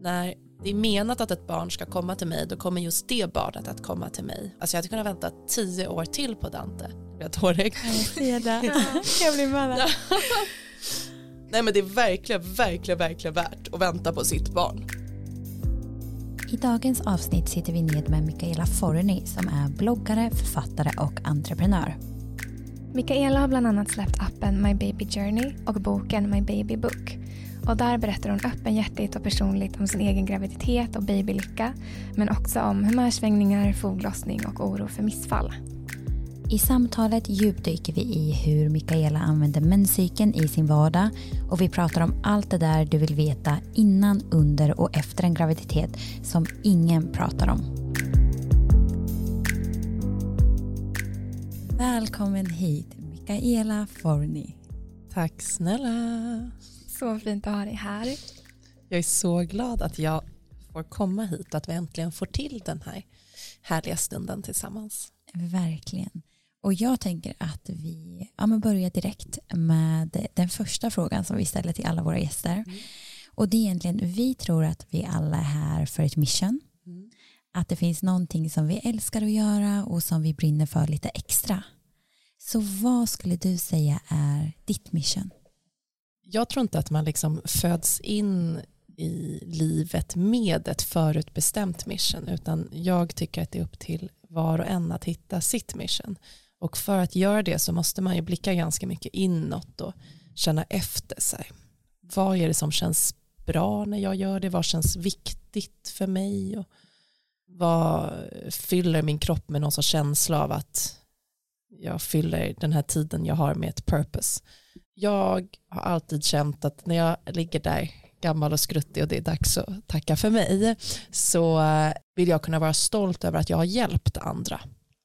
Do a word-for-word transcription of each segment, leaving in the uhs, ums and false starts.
när det är menat att ett barn ska komma till mig, då kommer just det barnet att komma till mig. Alltså jag hade kunnat vänta tio år till på Dante. Jag tårögd. Jag blir med. Nej, men det är verkligen, verkligen, verkligen värt att vänta på sitt barn. I dagens avsnitt sitter vi ned med Michaela Forni som är bloggare, författare och entreprenör. Michaela har bland annat släppt appen My Baby Journey och boken My Baby Book. Och där berättar hon öppenhjärtigt och personligt om sin egen graviditet och babylycka, men också om humörsvängningar, foglossning och oro för missfall. I samtalet djupdyker vi i hur Michaela använder menscykeln i sin vardag och vi pratar om allt det där du vill veta innan, under och efter en graviditet som ingen pratar om. Välkommen hit, Michaela Forni. Tack snälla. Så fint att ha dig här. Jag är så glad att jag får komma hit och att vi äntligen får till den här härliga stunden tillsammans. Verkligen. Och jag tänker att vi ja, men börjar direkt med den första frågan som vi ställer till alla våra gäster. Mm. Och det är egentligen, vi tror att vi alla är här för ett mission. Mm. Att det finns någonting som vi älskar att göra och som vi brinner för lite extra. Så vad skulle du säga är ditt mission? Jag tror inte att man liksom föds in i livet med ett förutbestämt mission, utan jag tycker att det är upp till var och en att hitta sitt mission. Och för att göra det så måste man ju blicka ganska mycket inåt och känna efter sig. Vad är det som känns bra när jag gör det? Vad känns viktigt för mig? Och vad fyller min kropp med någon sorts känsla av att jag fyller den här tiden jag har med ett purpose? Jag har alltid känt att när jag ligger där gammal och skruttig och det är dags att tacka för mig, så vill jag kunna vara stolt över att jag har hjälpt andra.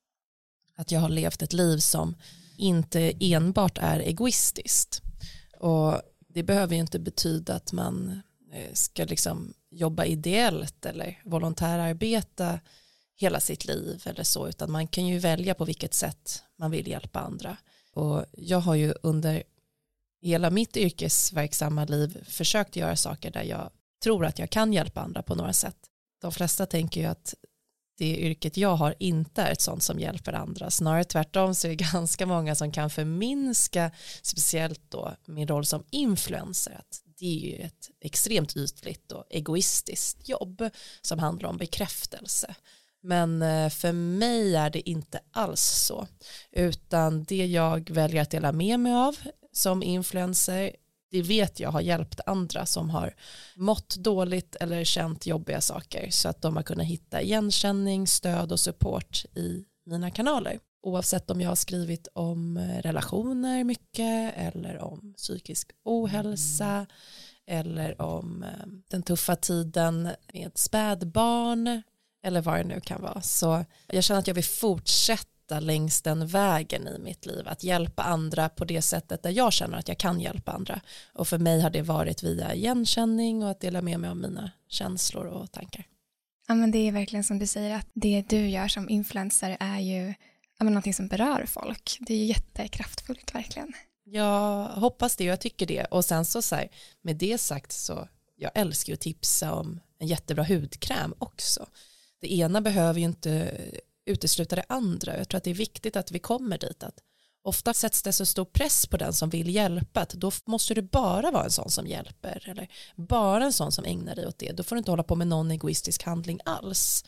Att jag har levt ett liv som inte enbart är egoistiskt. Och det behöver ju inte betyda att man ska liksom jobba ideellt eller volontärarbeta hela sitt liv eller så, utan man kan ju välja på vilket sätt man vill hjälpa andra. Och jag har ju under hela mitt yrkesverksamma liv försökt göra saker där jag tror att jag kan hjälpa andra på några sätt. De flesta tänker ju att det yrket jag har inte är ett sånt som hjälper andra. Snarare tvärtom så är det ganska många som kan förminska, speciellt då min roll som influencer, att det är ju ett extremt ytligt och egoistiskt jobb som handlar om bekräftelse. Men för mig är det inte alls så, utan det jag väljer att dela med mig av som influencer, det vet jag har hjälpt andra som har mått dåligt eller känt jobbiga saker, så att de har kunnat hitta igenkänning, stöd och support i mina kanaler. Oavsett om jag har skrivit om relationer mycket eller om psykisk ohälsa eller om den tuffa tiden med spädbarn eller vad det nu kan vara. Så jag känner att jag vill fortsätta längs den vägen i mitt liv, att hjälpa andra på det sättet där jag känner att jag kan hjälpa andra. Och för mig har det varit via igenkänning och att dela med mig av mina känslor och tankar. Ja, men det är verkligen som du säger, att det du gör som influencer är ju ja, men någonting som berör folk. Det är ju jättekraftfullt verkligen. Jag hoppas det och jag tycker det. Och sen så, så här, med det sagt så jag älskar ju att tipsa om en jättebra hudkräm också. Det ena behöver ju inte utesluta det andra. Jag tror att det är viktigt att vi kommer dit. Att ofta sätts det så stor press på den som vill hjälpa. Att då måste du bara vara en sån som hjälper. Eller bara en sån som ägnar dig åt det. Då får du inte hålla på med någon egoistisk handling alls.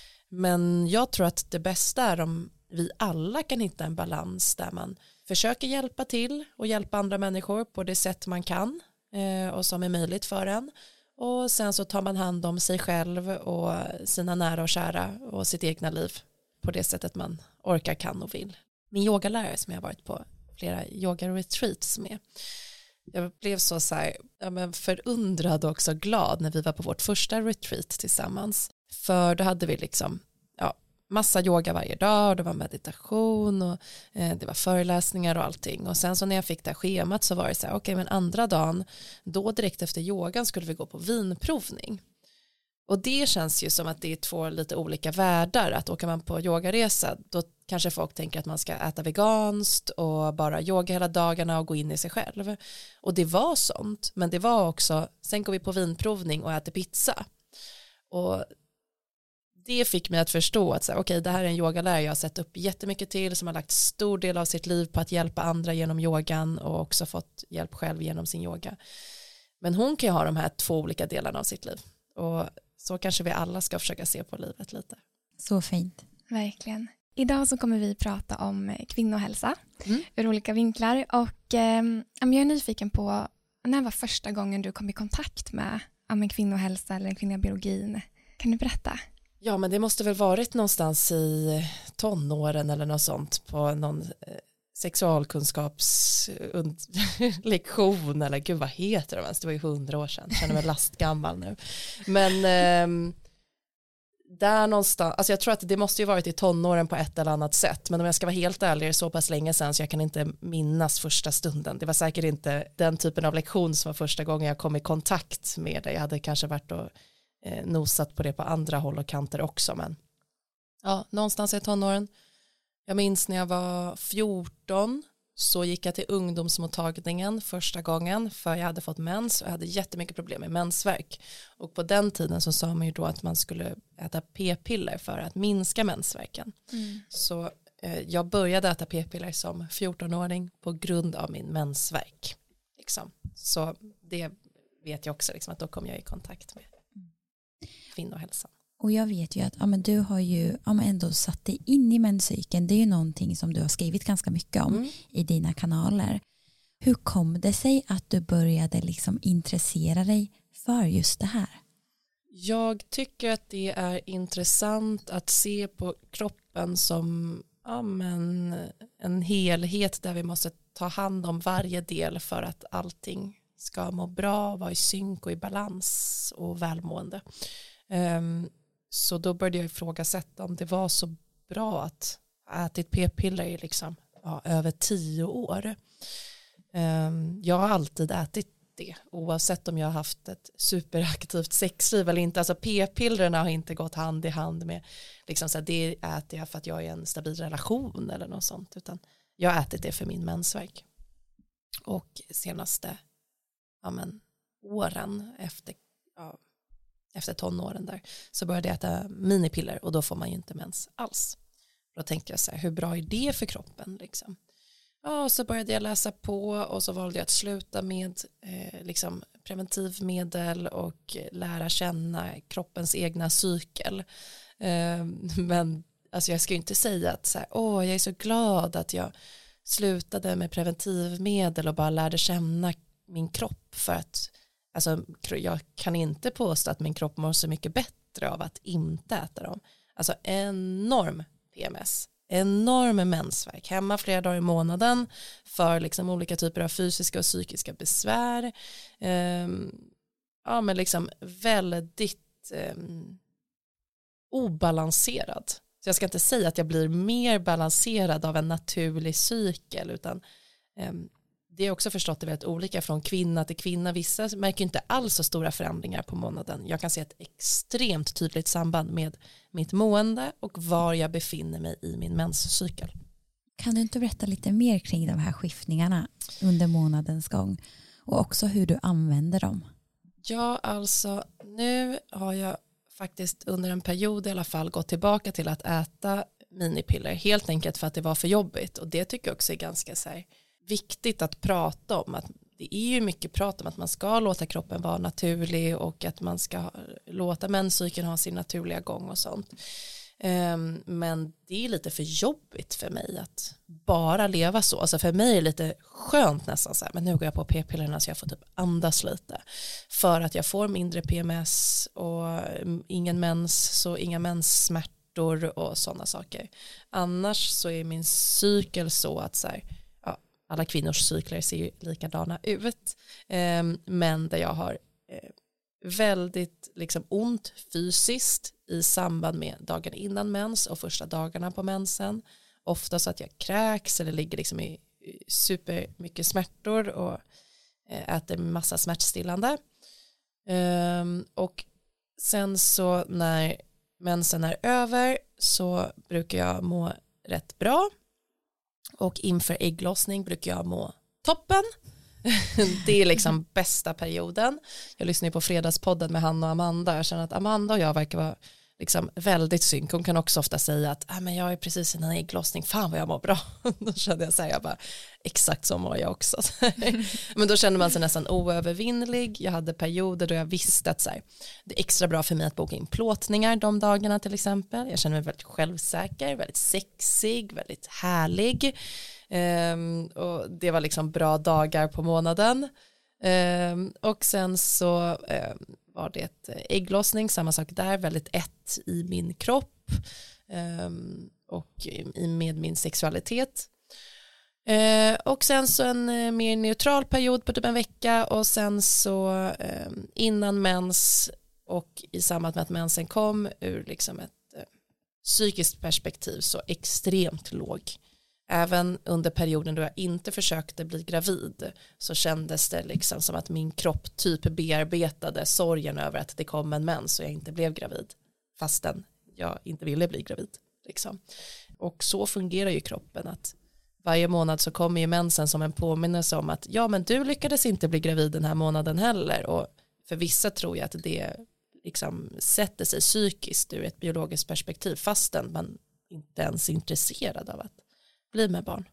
Men jag tror att det bästa är om vi alla kan hitta en balans där man försöker hjälpa till och hjälpa andra människor på det sätt man kan och som är möjligt för en. Och sen så tar man hand om sig själv och sina nära och kära och sitt egna liv på det sättet man orkar, kan och vill. Min yogalärare som jag har varit på flera yoga-retreats med, jag blev så, så här, ja, men förundrad och också glad när vi var på vårt första retreat tillsammans. För då hade vi liksom ja, massa yoga varje dag och det var meditation och eh, det var föreläsningar och allting. Och sen så när jag fick det här schemat så var det så här, okej okay, men andra dagen, då direkt efter yogan skulle vi gå på vinprovning. Och det känns ju som att det är två lite olika världar. Att åker man på yogaresa, då kanske folk tänker att man ska äta veganskt och bara yoga hela dagarna och gå in i sig själv. Och det var sånt, men det var också, sen går vi på vinprovning och äter pizza. Och det fick mig att förstå att så här, okej, det här är en yogalärare jag har sett upp jättemycket till, som har lagt stor del av sitt liv på att hjälpa andra genom yogan och också fått hjälp själv genom sin yoga. Men hon kan ju ha de här två olika delarna av sitt liv. Och så kanske vi alla ska försöka se på livet lite. Så fint. Verkligen. Idag så kommer vi prata om kvinnohälsa Mm. ur olika vinklar. Och eh, jag är nyfiken på, när var första gången du kom i kontakt med ja, men kvinnohälsa eller den kvinnliga biologin? Kan du berätta? Ja, men det måste väl varit någonstans i tonåren eller något sånt på någon eh, sexualkunskapslektion eller gud vad heter det ens? Det var ju hundra år sedan, jag känner mig lastgammal nu. Men eh, där någonstans, alltså jag tror att det måste ju varit i tonåren på ett eller annat sätt, men om jag ska vara helt ärlig är det så pass länge sedan så jag kan inte minnas första stunden. Det var säkert inte den typen av lektion som var första gången jag kom i kontakt med det. Jag hade kanske varit och eh, nosat på det på andra håll och kanter också, men ja, någonstans i tonåren. Jag minns när jag var fjorton så gick jag till ungdomsmottagningen första gången för jag hade fått mens och jag hade jättemycket problem med mensvärk. Och på den tiden så sa man ju då att man skulle äta p-piller för att minska mensvärken. Mm. Så eh, jag började äta p-piller som fjortonåring på grund av min mensvärk. Liksom. Så det vet jag också liksom, att då kom jag i kontakt med kvinnohälsan. Och jag vet ju att ja, men du har ju ja, men ändå satt dig in i menscykeln. Det är ju någonting som du har skrivit ganska mycket om mm. i dina kanaler. Hur kom det sig att du började liksom intressera dig för just det här? Jag tycker att det är intressant att se på kroppen som ja, men en helhet där vi måste ta hand om varje del för att allting ska må bra, vara i synk och i balans och välmående. Um, så då började jag ifrågasätta om det var så bra att äta ett p-piller i liksom, ja, över tio år. Um, jag har alltid ätit det, oavsett om jag har haft ett superaktivt sexliv eller inte. Alltså p-pillerna har inte gått hand i hand med liksom så här, det äter jag för att jag är i en stabil relation eller något sånt, utan jag har ätit det för min mensvärk. Och senaste ja, men, åren efter ja, efter tonåren där så började jag äta minipiller och då får man ju inte mens alls. Då tänkte jag så här, hur bra är det för kroppen liksom? Ja, och så började jag läsa på och så valde jag att sluta med eh, liksom preventivmedel och lära känna kroppens egna cykel. Eh, men alltså jag ska ju inte säga att så här, åh, jag är så glad att jag slutade med preventivmedel och bara lärde känna min kropp, för att alltså, jag kan inte påstå att min kropp mår så mycket bättre av att inte äta dem. Alltså enorm P M S, enorm mensvärk, hemma flera dagar i månaden för liksom olika typer av fysiska och psykiska besvär. Um, ja, men liksom väldigt um, obalanserad. Så jag ska inte säga att jag blir mer balanserad av en naturlig cykel, utan um, det är också förstått det väldigt olika från kvinna till kvinna. Vissa märker inte alls så stora förändringar på månaden. Jag kan se ett extremt tydligt samband med mitt mående och var jag befinner mig i min menscykel. Kan du inte berätta lite mer kring de här skiftningarna under månadens gång och också hur du använder dem? Ja, alltså nu har jag faktiskt under en period i alla fall gått tillbaka till att äta minipiller, helt enkelt för att det var för jobbigt, och det tycker jag också är ganska så här viktigt att prata om, att det är ju mycket prat om att man ska låta kroppen vara naturlig och att man ska låta menscykeln ha sin naturliga gång och sånt. Um, men det är lite för jobbigt för mig att bara leva så. Alltså för mig är det lite skönt nästan så här, men nu går jag på p-pillerna så jag får typ andas lite. För att jag får mindre P M S och ingen mens, så inga menssmärtor och sådana saker. Annars så är min cykel så att så här, alla kvinnors cykler ser ju likadana ut, eh, men där jag har eh, väldigt liksom ont fysiskt i samband med dagen innan mens och första dagarna på mensen. Ofta så att jag kräks eller ligger liksom i super mycket smärtor och eh, äter massa smärtstillande. Eh, och sen så när mensen är över så brukar jag må rätt bra. Och inför ägglossning brukar jag må toppen. Det är liksom bästa perioden. Jag lyssnar ju på Fredagspodden med Hanna och Amanda. Jag känner att Amanda och jag verkar vara liksom väldigt synk. Hon kan också ofta säga att ah, men jag är precis i en ägglossning, fan vad jag mår bra. Då kände jag så här, jag bara, exakt så mår jag också. Men då kände man sig nästan oövervinnlig. Jag hade perioder då jag visste att så här, det är extra bra för mig att boka in plåtningar de dagarna till exempel. Jag känner mig väldigt självsäker, väldigt sexig, väldigt härlig. Um, och det var liksom bra dagar på månaden. Um, och sen så um, var det ett ägglossning, samma sak där, väldigt ett i min kropp um, och i, med min sexualitet. Uh, och sen så en uh, mer neutral period på typ en vecka och sen så um, innan mens och i samband med att mensen kom ur liksom ett uh, psykiskt perspektiv så extremt låg. Även under perioden då jag inte försökte bli gravid så kändes det liksom som att min kropp typ bearbetade sorgen över att det kom en mens och jag inte blev gravid fastän jag inte ville bli gravid liksom. Och så fungerar ju kroppen, att varje månad så kommer ju mensen som en påminnelse om att ja men du lyckades inte bli gravid den här månaden heller, och för vissa tror jag att det liksom sätter sig psykiskt ur ett biologiskt perspektiv fastän man inte ens är intresserad av att bli med barn.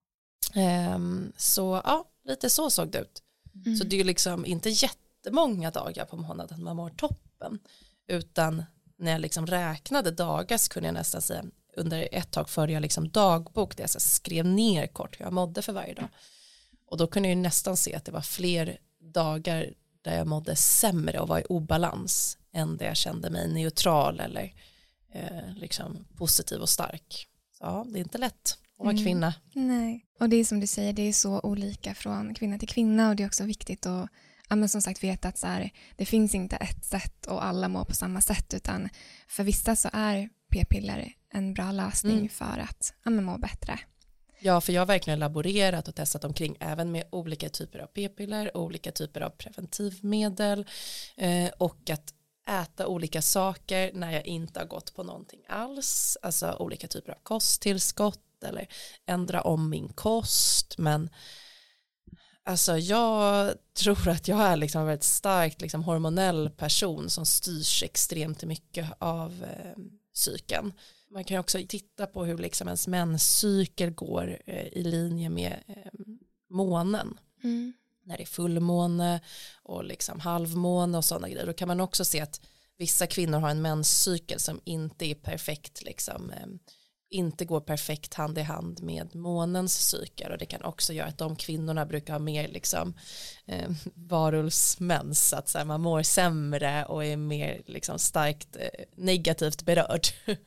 Um, så ja, lite så såg det ut. Mm. Så det är liksom inte jättemånga dagar på månaden man mår toppen, utan när jag liksom räknade dagar så kunde jag nästan säga under ett tag förde jag liksom dagbok där jag så skrev ner kort hur jag mådde för varje dag. Och då kunde jag ju nästan se att det var fler dagar där jag mådde sämre och var i obalans än där jag kände mig neutral eller eh, liksom positiv och stark. Så ja, det är inte lätt att vara kvinna. Mm. Nej, och det är som du säger, det är så olika från kvinna till kvinna, och det är också viktigt att ja, men som sagt veta att så här, det finns inte ett sätt och alla mår på samma sätt, utan för vissa så är p-piller en bra lösning mm. för att ja, men må bättre. Ja, för jag har verkligen laborerat och testat omkring även med olika typer av p-piller, olika typer av preventivmedel eh, och att äta olika saker när jag inte har gått på någonting alls. Alltså olika typer av kosttillskott eller ändra om min kost. Men alltså jag tror att jag är liksom en väldigt starkt liksom hormonell person som styrs extremt mycket av eh, psyken. Man kan också titta på hur liksom ens menscykel går eh, i linje med eh, månen. Mm. När det är fullmåne och liksom halvmåne och sådana grejer. Då kan man också se att vissa kvinnor har en menscykel som inte är perfekt, liksom, eh, inte går perfekt hand i hand med månens cykel. Och det kan också göra att de kvinnorna brukar ha mer liksom, eh, varulvsmens. Att så här, man mår sämre och är mer liksom, starkt eh, negativt berörd.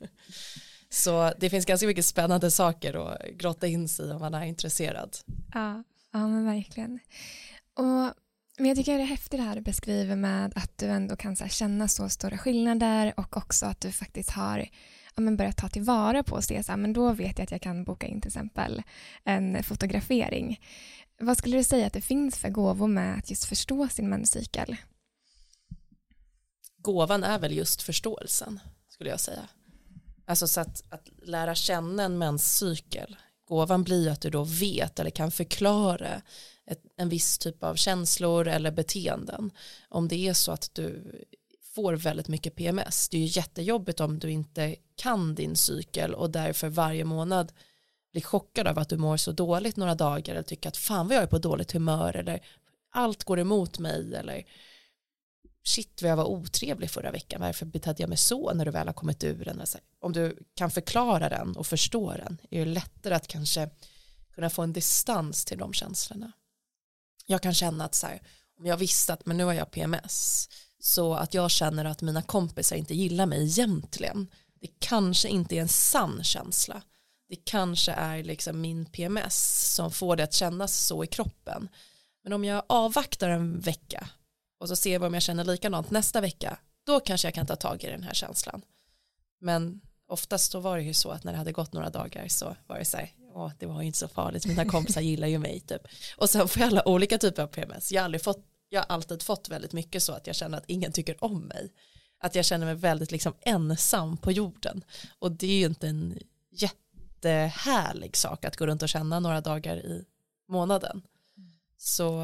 Så det finns ganska mycket spännande saker att grotta in sig om man är intresserad. Ja, ja men verkligen. Och, men jag tycker det är häftigt det här du beskriver med att du ändå kan så här, känna så stora skillnader, och också att du faktiskt har ja, men börjat ta tillvara på och se så här, men då vet jag att jag kan boka in till exempel en fotografering. Vad skulle du säga att det finns för gåvor med att just förstå sin menscykel? Gåvan är väl just förståelsen, skulle jag säga. Alltså så att, att lära känna en menscykel. Gåvan blir att du då vet eller kan förklara ett, en viss typ av känslor eller beteenden. Om det är så att du får väldigt mycket P M S. Det är ju jättejobbigt om du inte kan din cykel och därför varje månad blir chockad av att du mår så dåligt några dagar eller tycker att fan vad jag är på dåligt humör eller allt går emot mig eller shit vad jag var otrevlig förra veckan, varför betedde jag mig så när du väl har kommit ur den? Alltså, om du kan förklara den och förstå den är det lättare att kanske kunna få en distans till de känslorna. Jag kan känna att så här, om jag visste att men nu har jag P M S, så att jag känner att mina kompisar inte gillar mig egentligen, det kanske inte är en sann känsla. Det kanske är liksom min P M S som får det att kännas så i kroppen. Men om jag avvaktar en vecka och så ser vi om jag känner likadant nästa vecka, då kanske jag kan ta tag i den här känslan. Men oftast då var det ju så att när det hade gått några dagar så var det så här, åh, det var ju inte så farligt, mina kompisar gillar ju mig typ. Och sen får jag alla olika typer av P M S. Jag har, aldrig fått, jag har alltid fått väldigt mycket så att jag känner att ingen tycker om mig. Att jag känner mig väldigt liksom ensam på jorden. Och det är ju inte en jättehärlig sak att gå runt och känna några dagar i månaden. Så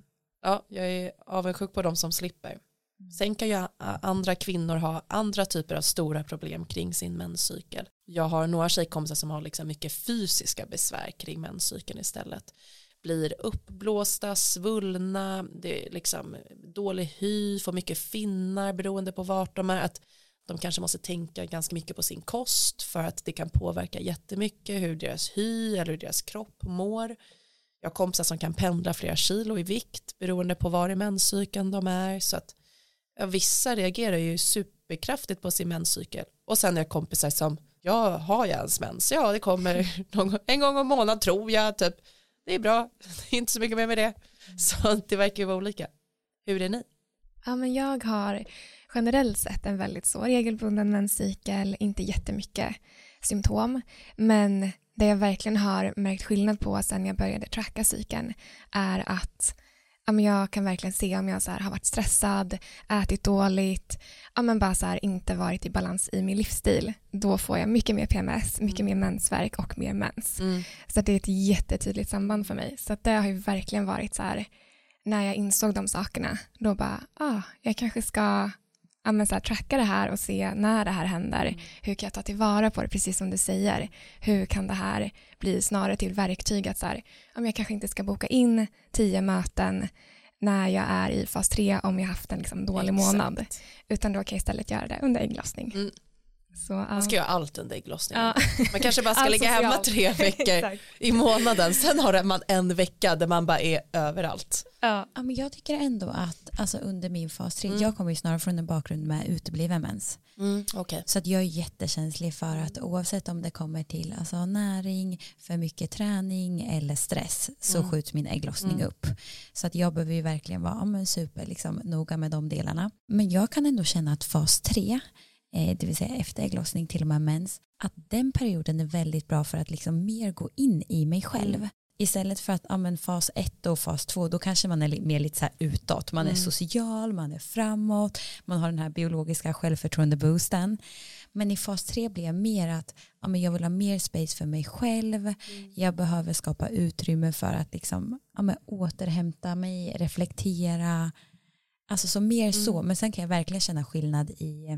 ja, jag är avundsjuk på de som slipper. Sen kan ju andra kvinnor ha andra typer av stora problem kring sin menscykel. Jag har några tjejkompisar som har liksom mycket fysiska besvär kring menscykeln istället. Blir uppblåsta, svullna, det är liksom dålig hy, får mycket finnar beroende på vart de är. Att de kanske måste tänka ganska mycket på sin kost för att det kan påverka jättemycket hur deras hy eller hur deras kropp mår. Jag har kompisar som kan pendla flera kilo i vikt beroende på var i menscykeln de är. Så att ja, vissa reagerar ju superkraftigt på sin menscykel. Och sen är det kompisar som, ja, har jag ens mens? Ja, det kommer någon, en gång om månaden tror jag. Typ. Det är bra, det är inte så mycket mer med det. Så det verkar ju vara olika. Hur är ni? Ja, men jag har generellt sett en väldigt så regelbunden menscykel, inte jättemycket symptom. Men det jag verkligen har märkt skillnad på sen jag började tracka cykeln är att ja, men jag kan verkligen se om jag så här har varit stressad, ätit dåligt, ja, men bara så här inte varit i balans i min livsstil. Då får jag mycket mer P M S, mycket mer mensvärk och mer mens. Mm. Så det är ett jättetydligt samband för mig. Så det har ju verkligen varit så här, när jag insåg de sakerna, då bara, ah, jag kanske ska ja, men så här, tracka det här och se när det här händer. Mm. Hur kan jag ta tillvara på det, precis som du säger? Hur kan det här bli snarare till verktyg att så här, om jag kanske inte ska boka in tio möten när jag är i fas tre om jag haft en liksom dålig Exakt. månad. Utan då kan jag istället göra det under ägglossning. Mm. Så, uh. Man ska göra allt under ägglossningen. Ja. Man kanske bara ska ligga hemma tre veckor i månaden. Sen har man en vecka där man bara är överallt. Ja. Ja, men jag tycker ändå att alltså under min fas tre, mm. jag kommer ju snarare från en bakgrund med utebliven mens. Mm, okay. Så att jag är jättekänslig för att oavsett om det kommer till alltså näring, för mycket träning eller stress så mm. skjuts min ägglossning mm. upp. Så att jag behöver ju verkligen vara men, super liksom, noga med de delarna. Men jag kan ändå känna att fas tre, det vill säga efter ägglossning till och med mens, att den perioden är väldigt bra för att liksom mer gå in i mig själv. Mm. Istället för att ja, men fas ett och fas två, då kanske man är mer lite så här utåt. Man mm. är social, man är framåt, man har den här biologiska självförtroende-boosten. Men i fas tre blir jag mer att ja, men jag vill ha mer space för mig själv. Mm. Jag behöver skapa utrymme för att liksom, ja, men återhämta mig, reflektera. Alltså så mer mm. så. Men sen kan jag verkligen känna skillnad i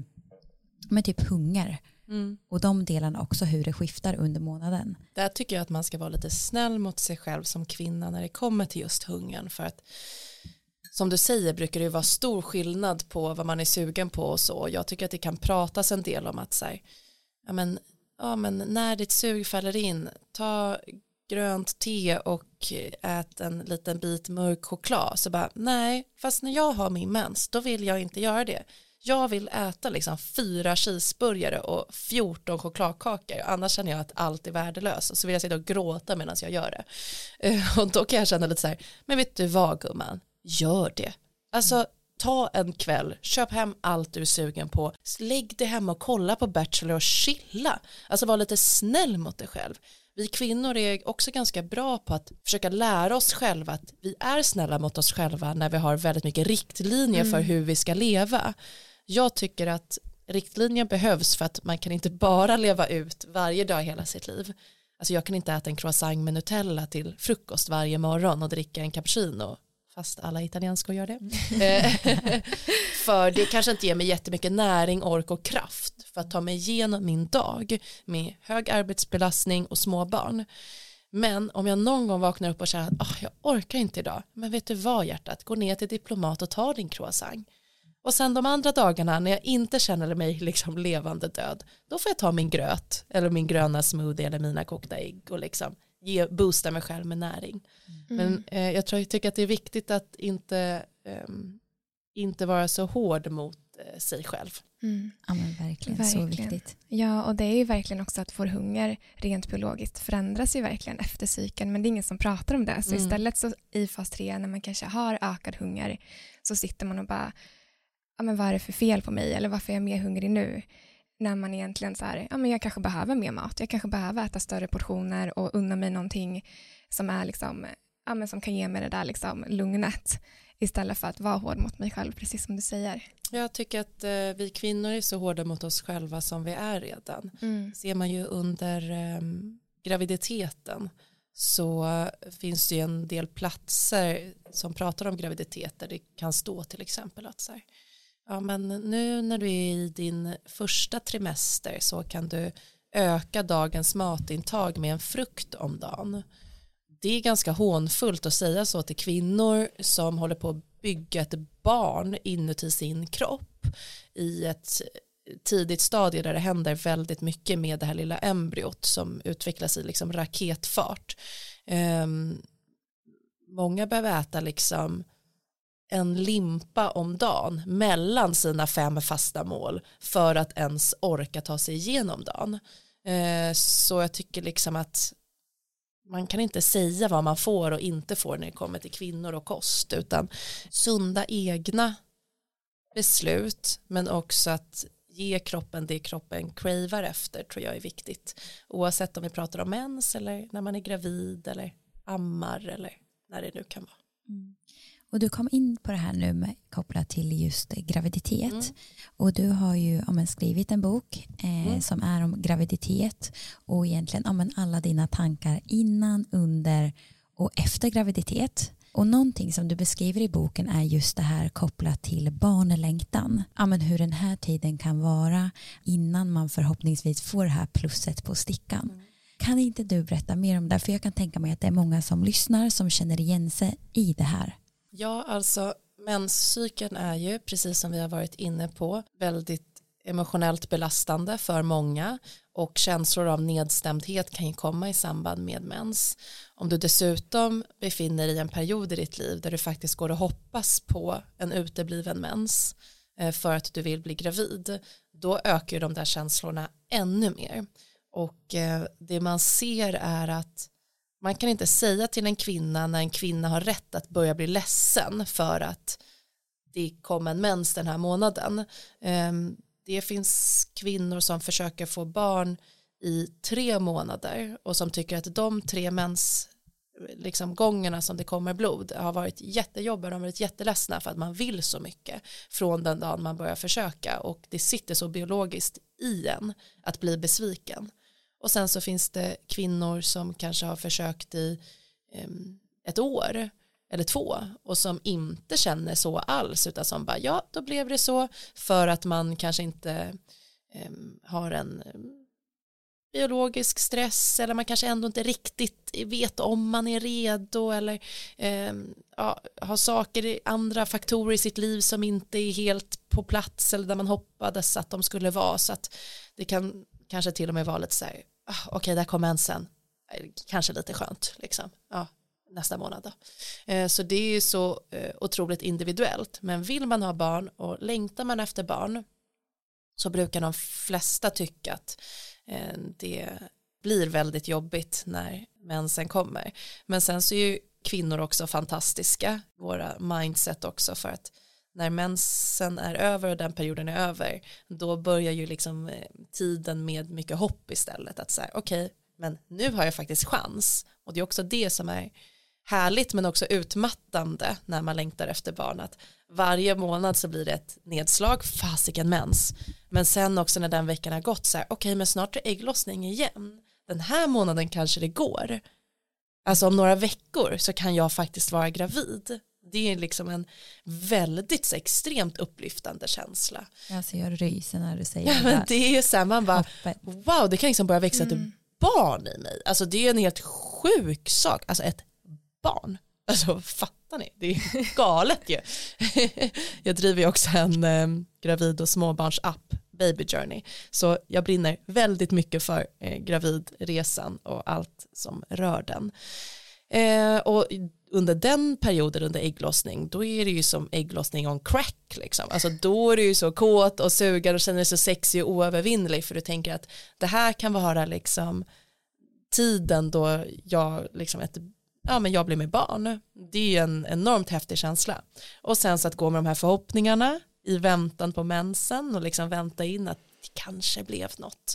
med typ hunger. Mm. Och de delarna också hur det skiftar under månaden. Där tycker jag att man ska vara lite snäll mot sig själv som kvinna när det kommer till just hungern. För att som du säger brukar det vara stor skillnad på vad man är sugen på och så. Jag tycker att det kan pratas en del om att så här, ja, men, ja, men när ditt sug faller in, ta grönt te och ät en liten bit mörk choklad. Så bara, nej, fast när jag har min mens då vill jag inte göra det. Jag vill äta liksom fyra cheeseburgare och fjorton chokladkakor. Annars känner jag att allt är värdelöst. Och så vill jag sitta och gråta medan jag gör det. Uh, och då kan jag känna lite så här, men vet du vad gumman? Gör det. Alltså ta en kväll, köp hem allt du är sugen på. Lägg dig hemma och kolla på Bachelor och chilla. Alltså var lite snäll mot dig själv. Vi kvinnor är också ganska bra på att försöka lära oss själva att vi är snälla mot oss själva när vi har väldigt mycket riktlinjer mm. för hur vi ska leva. Jag tycker att riktlinjer behövs för att man kan inte bara leva ut varje dag hela sitt liv. Alltså jag kan inte äta en croissant med Nutella till frukost varje morgon och dricka en cappuccino. Fast alla italienskor gör det. Mm. För det kanske inte ger mig jättemycket näring, ork och kraft för att ta mig igenom min dag med hög arbetsbelastning och små barn. Men om jag någon gång vaknar upp och känner att oh, jag orkar inte idag. Men vet du vad hjärtat? Gå ner till Diplomat och ta din croissant. Och sen de andra dagarna när jag inte känner mig liksom levande död, då får jag ta min gröt eller min gröna smoothie eller mina kokta ägg och liksom ge, boosta mig själv med näring. Mm. Men eh, jag tror jag tycker att det är viktigt att inte, eh, inte vara så hård mot eh, sig själv. Mm. Ja men verkligen, verkligen, så viktigt. Ja, och det är ju verkligen också att vår hunger rent biologiskt förändras ju verkligen efter cykeln, men det är ingen som pratar om det. Så mm. istället så i fas tre när man kanske har ökad hunger så sitter man och bara ja, men vad är det för fel på mig eller varför är jag mer hungrig nu? När man egentligen så här, ja men jag kanske behöver mer mat. Jag kanske behöver äta större portioner och unna mig någonting som är liksom, ja men som kan ge mig det där liksom lugnet istället för att vara hård mot mig själv, precis som du säger. Jag tycker att eh, vi kvinnor är så hårda mot oss själva som vi är redan. Mm. Ser man ju under eh, graviditeten så finns det ju en del platser som pratar om graviditet där det kan stå till exempel att så här, ja, men nu när du är i din första trimester så kan du öka dagens matintag med en frukt om dagen. Det är ganska hånfullt att säga så till kvinnor som håller på att bygga ett barn inuti sin kropp i ett tidigt stadie där det händer väldigt mycket med det här lilla embryot som utvecklas i liksom raketfart. Um, många behöver äta liksom en limpa om dagen mellan sina fem fasta mål för att ens orka ta sig igenom dagen. Uh, så jag tycker liksom att man kan inte säga vad man får och inte får när det kommer till kvinnor och kost, utan sunda egna beslut, men också att ge kroppen det kroppen cravar efter tror jag är viktigt. Oavsett om vi pratar om mens eller när man är gravid eller ammar eller när det nu kan vara. Mm. Och du kom in på det här nu med, kopplat till just graviditet. Mm. Och du har ju om en, skrivit en bok eh, mm. som är om graviditet och egentligen om en, alla dina tankar innan, under och efter graviditet. Och någonting som du beskriver i boken är just det här kopplat till barnlängtan. Ja, men hur den här tiden kan vara innan man förhoppningsvis får det här plusset på stickan. Mm. Kan inte du berätta mer om det? För jag kan tänka mig att det är många som lyssnar som känner igen sig i det här. Ja, alltså menscykeln är ju, precis som vi har varit inne på, väldigt emotionellt belastande för många, och känslor av nedstämdhet kan ju komma i samband med mens. Om du dessutom befinner dig i en period i ditt liv där du faktiskt går och hoppas på en utebliven mens för att du vill bli gravid, då ökar ju de där känslorna ännu mer. Och det man ser är att man kan inte säga till en kvinna när en kvinna har rätt att börja bli ledsen för att det kom en mens den här månaden. Det finns kvinnor som försöker få barn i tre månader och som tycker att de tre mens liksom gångerna som det kommer blod har varit jättejobbiga, de har varit jätteledsna för att man vill så mycket från den dagen man börjar försöka, och det sitter så biologiskt i en att bli besviken. Och sen så finns det kvinnor som kanske har försökt i um, ett år eller två och som inte känner så alls, utan som bara, ja, då blev det så för att man kanske inte um, har en um, biologisk stress, eller man kanske ändå inte riktigt vet om man är redo, eller um, ja, har saker, andra faktorer i sitt liv som inte är helt på plats eller där man hoppades att de skulle vara, så att det kan kanske till och med vara lite så här, ah, okej, okay, där kom mensen, kanske lite skönt liksom, ja, nästa månad då. Eh, så det är ju så eh, otroligt individuellt, men vill man ha barn och längtar man efter barn, så brukar de flesta tycka att eh, det blir väldigt jobbigt när mensen kommer. Men sen så är ju kvinnor också fantastiska, våra mindset också, för att när mensen är över och den perioden är över, då börjar ju liksom tiden med mycket hopp istället. Att säga, okej, okay, men nu har jag faktiskt chans. Och det är också det som är härligt men också utmattande när man längtar efter barn. Att varje månad så blir det ett nedslag, fasiken mens. Men sen också när den veckan har gått så här, okej, okay, men snart är ägglossning igen. Den här månaden kanske det går. Alltså om några veckor så kan jag faktiskt vara gravid. Det är liksom en väldigt så extremt upplyftande känsla. Alltså jag ryser när du säger ja, det. Men det är ju så här, man bara, wow, det kan liksom börja växa mm. ett barn i mig. Alltså det är en helt sjuk sak. Alltså ett barn. Alltså fattar ni? Det är galet ju. Jag driver ju också en eh, gravid- och småbarnsapp, Baby Journey. Så jag brinner väldigt mycket för eh, gravidresan och allt som rör den. Eh, och under den perioden under ägglossning, då är det ju som ägglossning on crack liksom. Alltså då är det ju så kåt och sugar och känner dig så sexig och oövervinnelig, för du tänker att det här kan vara liksom tiden då jag liksom ett, ja, men jag blir med barn. Det är ju en enormt häftig känsla. Och sen så att gå med de här förhoppningarna i väntan på mensen och liksom vänta in att det kanske blev något.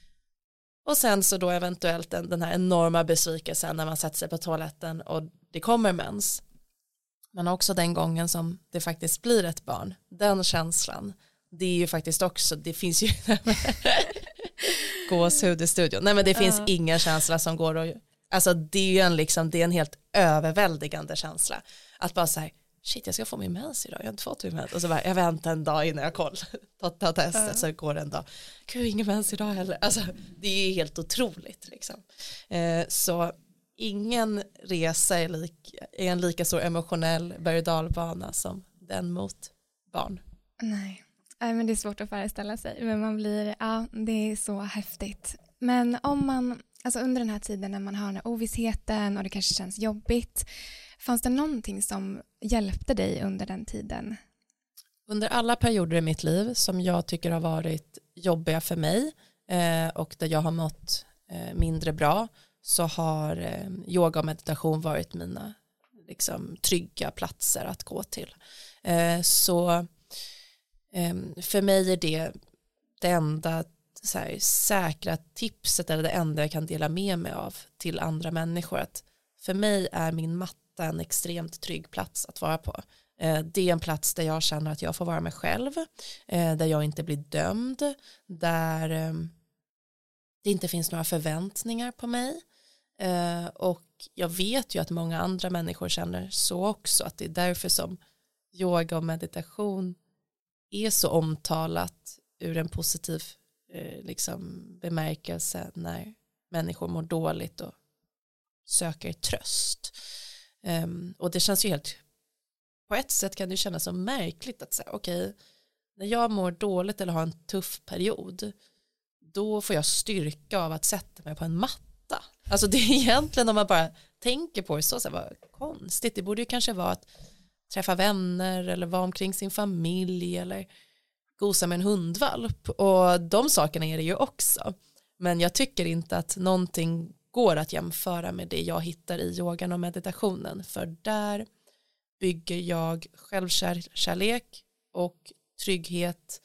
Och sen så då eventuellt den, den här enorma besvikelsen när man sätter sig på toaletten och det kommer mens. Men också den gången som det faktiskt blir ett barn. Den känslan, det är ju faktiskt också, det finns ju gåshud i studion. Nej, men det finns uh. ingen känsla som går att Alltså det är en, liksom, det är en helt överväldigande känsla. Att bara så här, shit jag ska få min mens idag, jag har inte fått min mens. Och så bara, jag väntar en dag innan jag kollar, tar, tar testet mm. så går det en dag. Gud, ingen mens idag heller. Alltså det är helt otroligt liksom. Eh, så ingen resa är, lik, är en lika stor emotionell berg- och dalbana som den mot barn. Nej. Nej, men det är svårt att föreställa sig. Men man blir, ja, det är så häftigt. Men om man, alltså under den här tiden när man har den här ovissheten och det kanske känns jobbigt, fanns det någonting som hjälpte dig under den tiden? Under alla perioder i mitt liv som jag tycker har varit jobbiga för mig eh, och där jag har mått eh, mindre bra, så har eh, yoga och meditation varit mina liksom, trygga platser att gå till. Eh, så eh, för mig är det det enda så här, säkra tipset eller det enda jag kan dela med mig av till andra människor. Att för mig är min matta en extremt trygg plats att vara på. Eh, det är en plats där jag känner att jag får vara mig själv, eh, där jag inte blir dömd, där eh, det inte finns några förväntningar på mig. Uh, och jag vet ju att många andra människor känner så också, att det är därför som yoga och meditation är så omtalat ur en positiv uh, liksom bemärkelse när människor mår dåligt och söker tröst. Um, och det känns ju helt, på ett sätt kan det kännas så märkligt att säga, okej, okay, när jag mår dåligt eller har en tuff period, då får jag styrka av att sätta mig på en matta. Alltså det är egentligen, om man bara tänker på det så, så vad konstigt. Det borde ju kanske vara att träffa vänner eller vara omkring sin familj eller gosa med en hundvalp. Och de sakerna är det ju också. Men jag tycker inte att någonting går att jämföra med det jag hittar i yogan och meditationen. För där bygger jag självkärlek och trygghet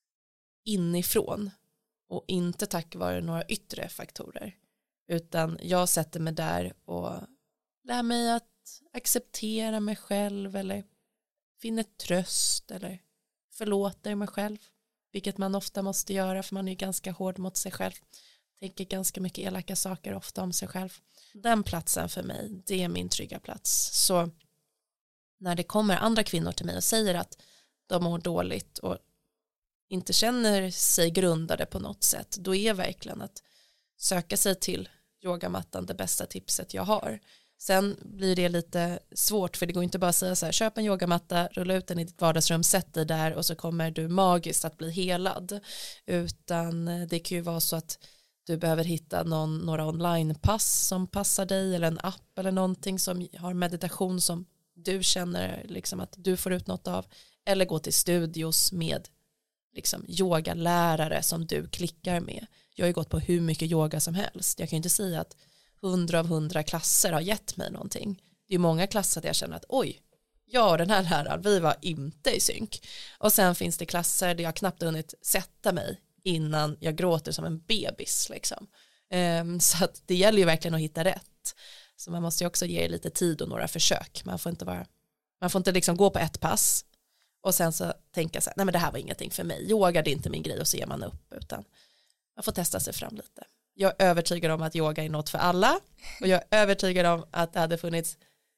inifrån. Och inte tack vare några yttre faktorer. Utan jag sätter mig där och lär mig att acceptera mig själv eller finner tröst eller förlåter mig själv. Vilket man ofta måste göra, för man är ju ganska hård mot sig själv. Tänker ganska mycket elaka saker ofta om sig själv. Den platsen för mig, det är min trygga plats. Så när det kommer andra kvinnor till mig och säger att de mår dåligt och inte känner sig grundade på något sätt, då är verkligen att söka sig till yogamattan det bästa tipset jag har. Sen blir det lite svårt, för det går inte bara att säga så här, köp en yogamatta, rulla ut den i ditt vardagsrum, sätt dig där och så kommer du magiskt att bli helad. Utan det kan ju vara så att du behöver hitta någon, några onlinepass som passar dig, eller en app eller någonting som har meditation som du känner liksom att du får ut något av, eller gå till studios med liksom yogalärare som du klickar med. Jag har ju gått på hur mycket yoga som helst. Jag kan ju inte säga att hundra av hundra klasser har gett mig någonting. Det är många klasser där jag känner att oj, jag och den här läraren, vi var inte i synk. Och sen finns det klasser där jag knappt hunnit sätta mig innan jag gråter som en bebis. Liksom. Um, så att det gäller ju verkligen att hitta rätt. Så man måste ju också ge lite tid och några försök. Man får inte, vara, man får inte liksom gå på ett pass och sen så tänka så här, nej men det här var ingenting för mig. Yoga, det är inte min grej, och så ger man upp, utan man får testa sig fram lite. Jag är övertygad om att yoga är något för alla, och jag är övertygad om att det hade funnits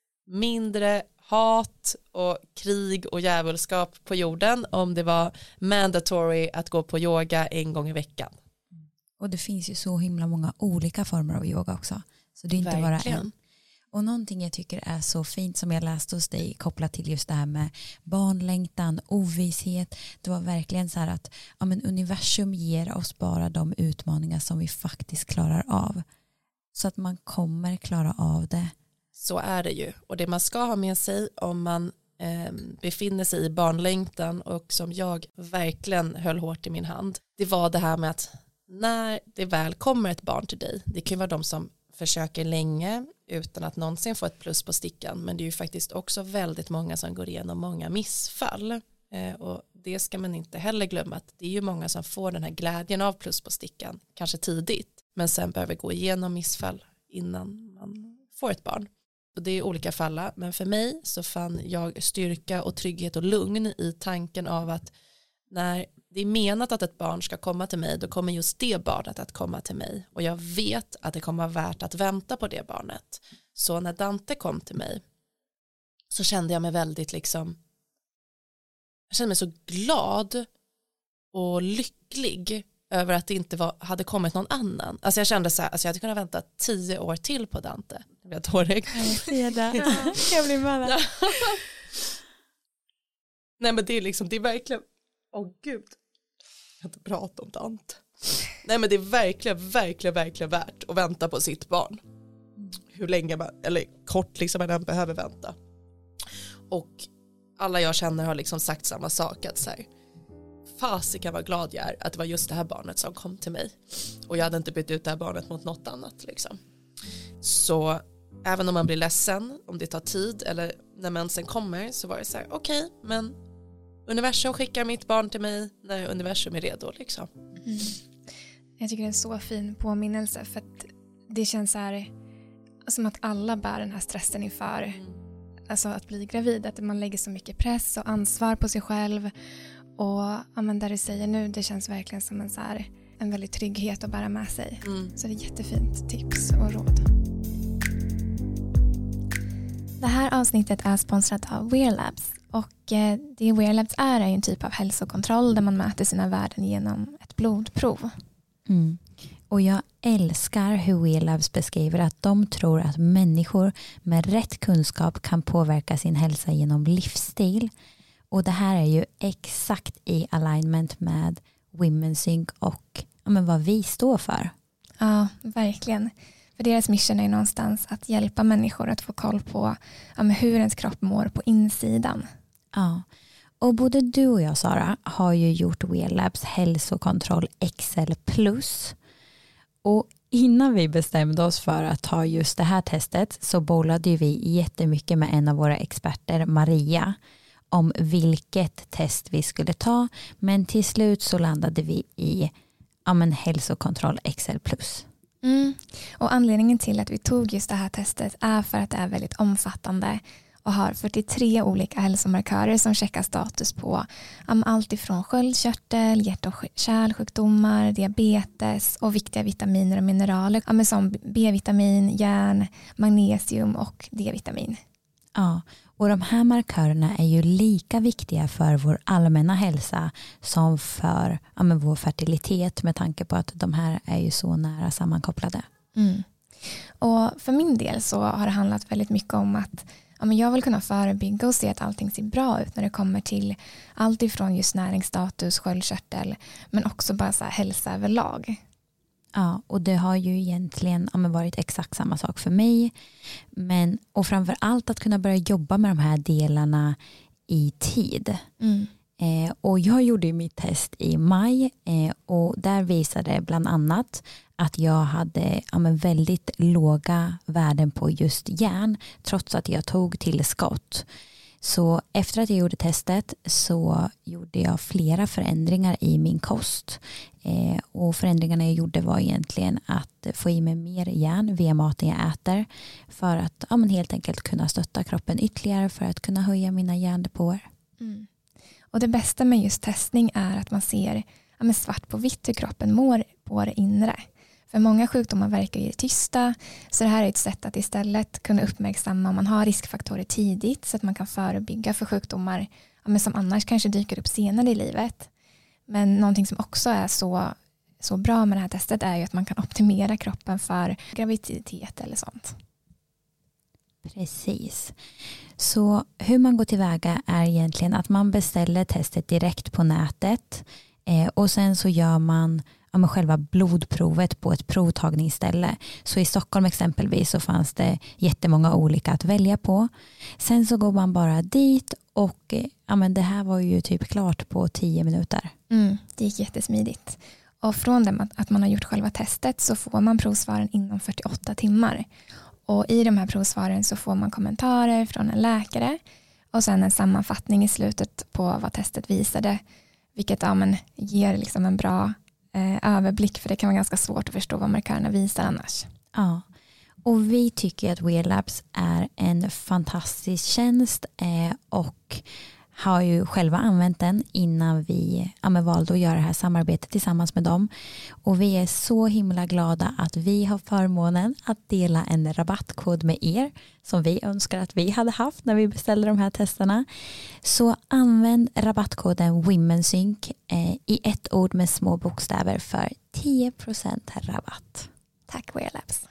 mindre hat och krig och djävulskap på jorden om det var mandatory att gå på yoga en gång i veckan. Och det finns ju så himla många olika former av yoga också. Så det är inte verkligen bara en. Och någonting jag tycker är så fint som jag läste hos dig kopplat till just det här med barnlängtan, ovisshet. Det var verkligen så här att ja, men universum ger oss bara de utmaningar som vi faktiskt klarar av. Så att man kommer klara av det. Så är det ju. Och det man ska ha med sig om man eh, befinner sig i barnlängtan, och som jag verkligen höll hårt i min hand, det var det här med att när det väl kommer ett barn till dig, det kan vara de som försöker länge utan att någonsin få ett plus på stickan, men det är ju faktiskt också väldigt många som går igenom många missfall, eh, och det ska man inte heller glömma, att det är ju många som får den här glädjen av plus på stickan kanske tidigt, men sen behöver gå igenom missfall innan man får ett barn. Och det är olika fall, men för mig så fann jag styrka och trygghet och lugn i tanken av att när det är menat att ett barn ska komma till mig, då kommer just det barnet att komma till mig. Och jag vet att det kommer vara värt att vänta på det barnet. Så när Dante kom till mig så kände jag mig väldigt liksom, jag kände mig så glad och lycklig över att det inte var, hade kommit någon annan. Alltså jag kände så här, alltså jag hade kunnat vänta tio år till på Dante. Jag blev tårig. Jag jag blir bara. Ja. Nej men det är liksom, det är verkligen, åh oh, gud, jag har inte pratat om Dante. Nej men det är verkligen, verkligen, verkligen värt att vänta på sitt barn. Hur länge man, eller kort liksom man än behöver vänta. Och alla jag känner har liksom sagt samma sak, att så här, fasiken vad glad jag är att det var just det här barnet som kom till mig. Och jag hade inte bytt ut det här barnet mot något annat liksom. Så även om man blir ledsen, om det tar tid eller när mensen kommer, så var det så här, okej, okay, men universum skickar mitt barn till mig när universum är redo liksom. Mm. Jag tycker det är en så fin påminnelse, för att det känns så här som att alla bär den här stressen inför mm. alltså att bli gravid, att man lägger så mycket press och ansvar på sig själv. Och ja, men där du säger nu, det känns verkligen som en, så här, en väldigt trygghet att bära med sig. Mm. Så det är jättefint tips och råd. Det här avsnittet är sponsrat av Wear Labs. Och eh, det Wear Labs är, är en typ av hälsokontroll där man mäter sina värden genom ett blodprov. Mm. Och jag älskar hur Wear Labs beskriver att de tror att människor med rätt kunskap kan påverka sin hälsa genom livsstil. Och det här är ju exakt i alignment med Women's Sync och ja, men vad vi står för. Ja, verkligen. För deras mission är någonstans att hjälpa människor att få koll på ja, men hur ens kropp mår på insidan. Ja, och både du och jag, Sara, har ju gjort Wear Labs hälsokontroll X L plus. Och innan vi bestämde oss för att ta just det här testet så bollade vi jättemycket med en av våra experter, Maria, om vilket test vi skulle ta. Men till slut så landade vi i ja, men hälsokontroll X L plus. Mm. Och anledningen till att vi tog just det här testet är för att det är väldigt omfattande och har fyrtiotre olika hälsomarkörer som checkar status på um, allt ifrån sköldkörtel, hjärt- och kärlsjukdomar, diabetes och viktiga vitaminer och mineraler um, som B-vitamin, järn, magnesium och D-vitamin. Ja, och de här markörerna är ju lika viktiga för vår allmänna hälsa som för ja, men vår fertilitet, med tanke på att de här är ju så nära sammankopplade. Mm. Och för min del så har det handlat väldigt mycket om att ja, men jag vill kunna förebygga och se att allting ser bra ut när det kommer till allt ifrån just näringsstatus, sköldkörtel, men också bara så här hälsa överlag. Ja, och det har ju egentligen ja, men varit exakt samma sak för mig. Men, och framför allt att kunna börja jobba med de här delarna i tid. Mm. Eh, och jag gjorde ju mitt test i maj eh, och där visade bland annat att jag hade ja, men väldigt låga värden på just järn trots att jag tog tillskott. Så efter att jag gjorde testet så gjorde jag flera förändringar i min kost. Eh, och förändringarna jag gjorde var egentligen att få i mig mer järn via maten jag äter. För att ja, men helt enkelt kunna stötta kroppen ytterligare för att kunna höja mina järndepåer. Mm. Och det bästa med just testning är att man ser ja, men svart på vitt hur kroppen mår på det inre. För många sjukdomar verkar ju tysta, så det här är ett sätt att istället kunna uppmärksamma om man har riskfaktorer tidigt så att man kan förebygga för sjukdomar ja, men som annars kanske dyker upp senare i livet. Men någonting som också är så, så bra med det här testet är ju att man kan optimera kroppen för graviditet eller sånt. Precis. Så hur man går tillväga är egentligen att man beställer testet direkt på nätet eh, och sen så gör man ja, men själva blodprovet på ett provtagningsställe. Så i Stockholm exempelvis så fanns det jättemånga olika att välja på. Sen så går man bara dit och ja, men det här var ju typ klart på tio minuter. Mm, det gick jättesmidigt. Och från det att man har gjort själva testet så får man provsvaren inom fyrtioåtta timmar. Och i de här provsvaren så får man kommentarer från en läkare och sen en sammanfattning i slutet på vad testet visade. Vilket ja, men, ger liksom en bra eh, överblick, för det kan vara ganska svårt att förstå vad markörerna visar annars. Ja, och vi tycker att Wear Labs är en fantastisk tjänst eh, och har ju själva använt den innan vi ja, men valde att göra det här samarbetet tillsammans med dem. Och vi är så himla glada att vi har förmånen att dela en rabattkod med er som vi önskar att vi hade haft när vi beställde de här testerna. Så använd rabattkoden WomenSync eh, i ett ord med små bokstäver för tio procent rabatt. Tack Wear Labs.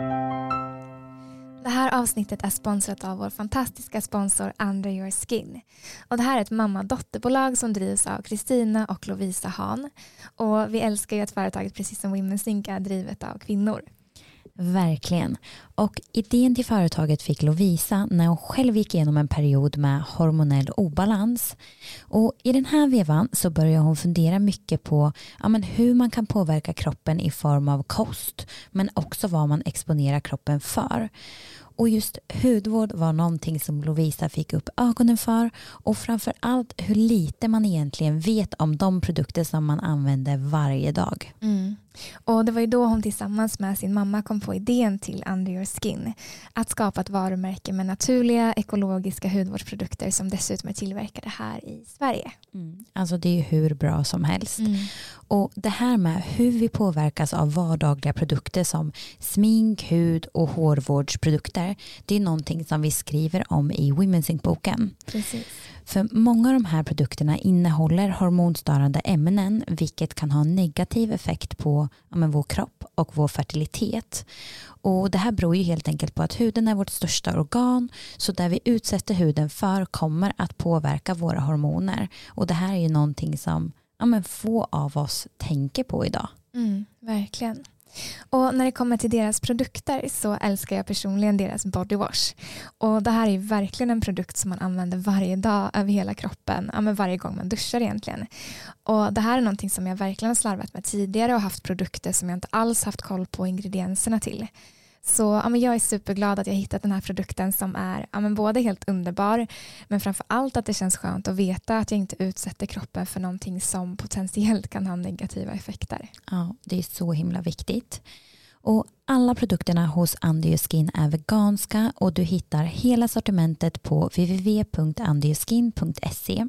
Det här avsnittet är sponsrat av vår fantastiska sponsor Under Your Skin. Och det här är ett mamma-dotterbolag som drivs av Kristina och Lovisa Hahn. Och vi älskar ju att företaget precis som WomenSync är drivet av kvinnor. Verkligen. Och idén till företaget fick Lovisa när hon själv gick igenom en period med hormonell obalans. Och i den här vevan så började hon fundera mycket på ja, men hur man kan påverka kroppen i form av kost, men också vad man exponerar kroppen för. Och just hudvård var någonting som Lovisa fick upp ögonen för, och framför allt hur lite man egentligen vet om de produkter som man använder varje dag. Mm. Och det var ju då hon tillsammans med sin mamma kom på idén till Under Your Skin. Att skapa ett varumärke med naturliga ekologiska hudvårdsprodukter som dessutom är tillverkade här i Sverige. Mm. Alltså det är ju hur bra som helst. Mm. Och det här med hur vi påverkas av vardagliga produkter som smink, hud och hårvårdsprodukter, det är någonting som vi skriver om i WomenSync-boken. Precis. För många av de här produkterna innehåller hormonstörande ämnen, vilket kan ha en negativ effekt på ja, men vår kropp och vår fertilitet. Och det här beror ju helt enkelt på att huden är vårt största organ, så där vi utsätter huden för kommer att påverka våra hormoner. Och det här är ju någonting som ja, men få av oss tänker på idag. Mm, verkligen. Och när det kommer till deras produkter så älskar jag personligen deras body wash. Och det här är verkligen en produkt som man använder varje dag över hela kroppen, ja, men varje gång man duschar egentligen. Och det här är någonting som jag verkligen har slarvat med tidigare och haft produkter som jag inte alls haft koll på ingredienserna till. Så ja, men jag är superglad att jag hittat den här produkten som är ja, men både helt underbar, men framför allt att det känns skönt att veta att jag inte utsätter kroppen för någonting som potentiellt kan ha negativa effekter. Ja, det är så himla viktigt. Och alla produkterna hos Under Your Skin är veganska, och du hittar hela sortimentet på w w w punkt under your skin punkt se.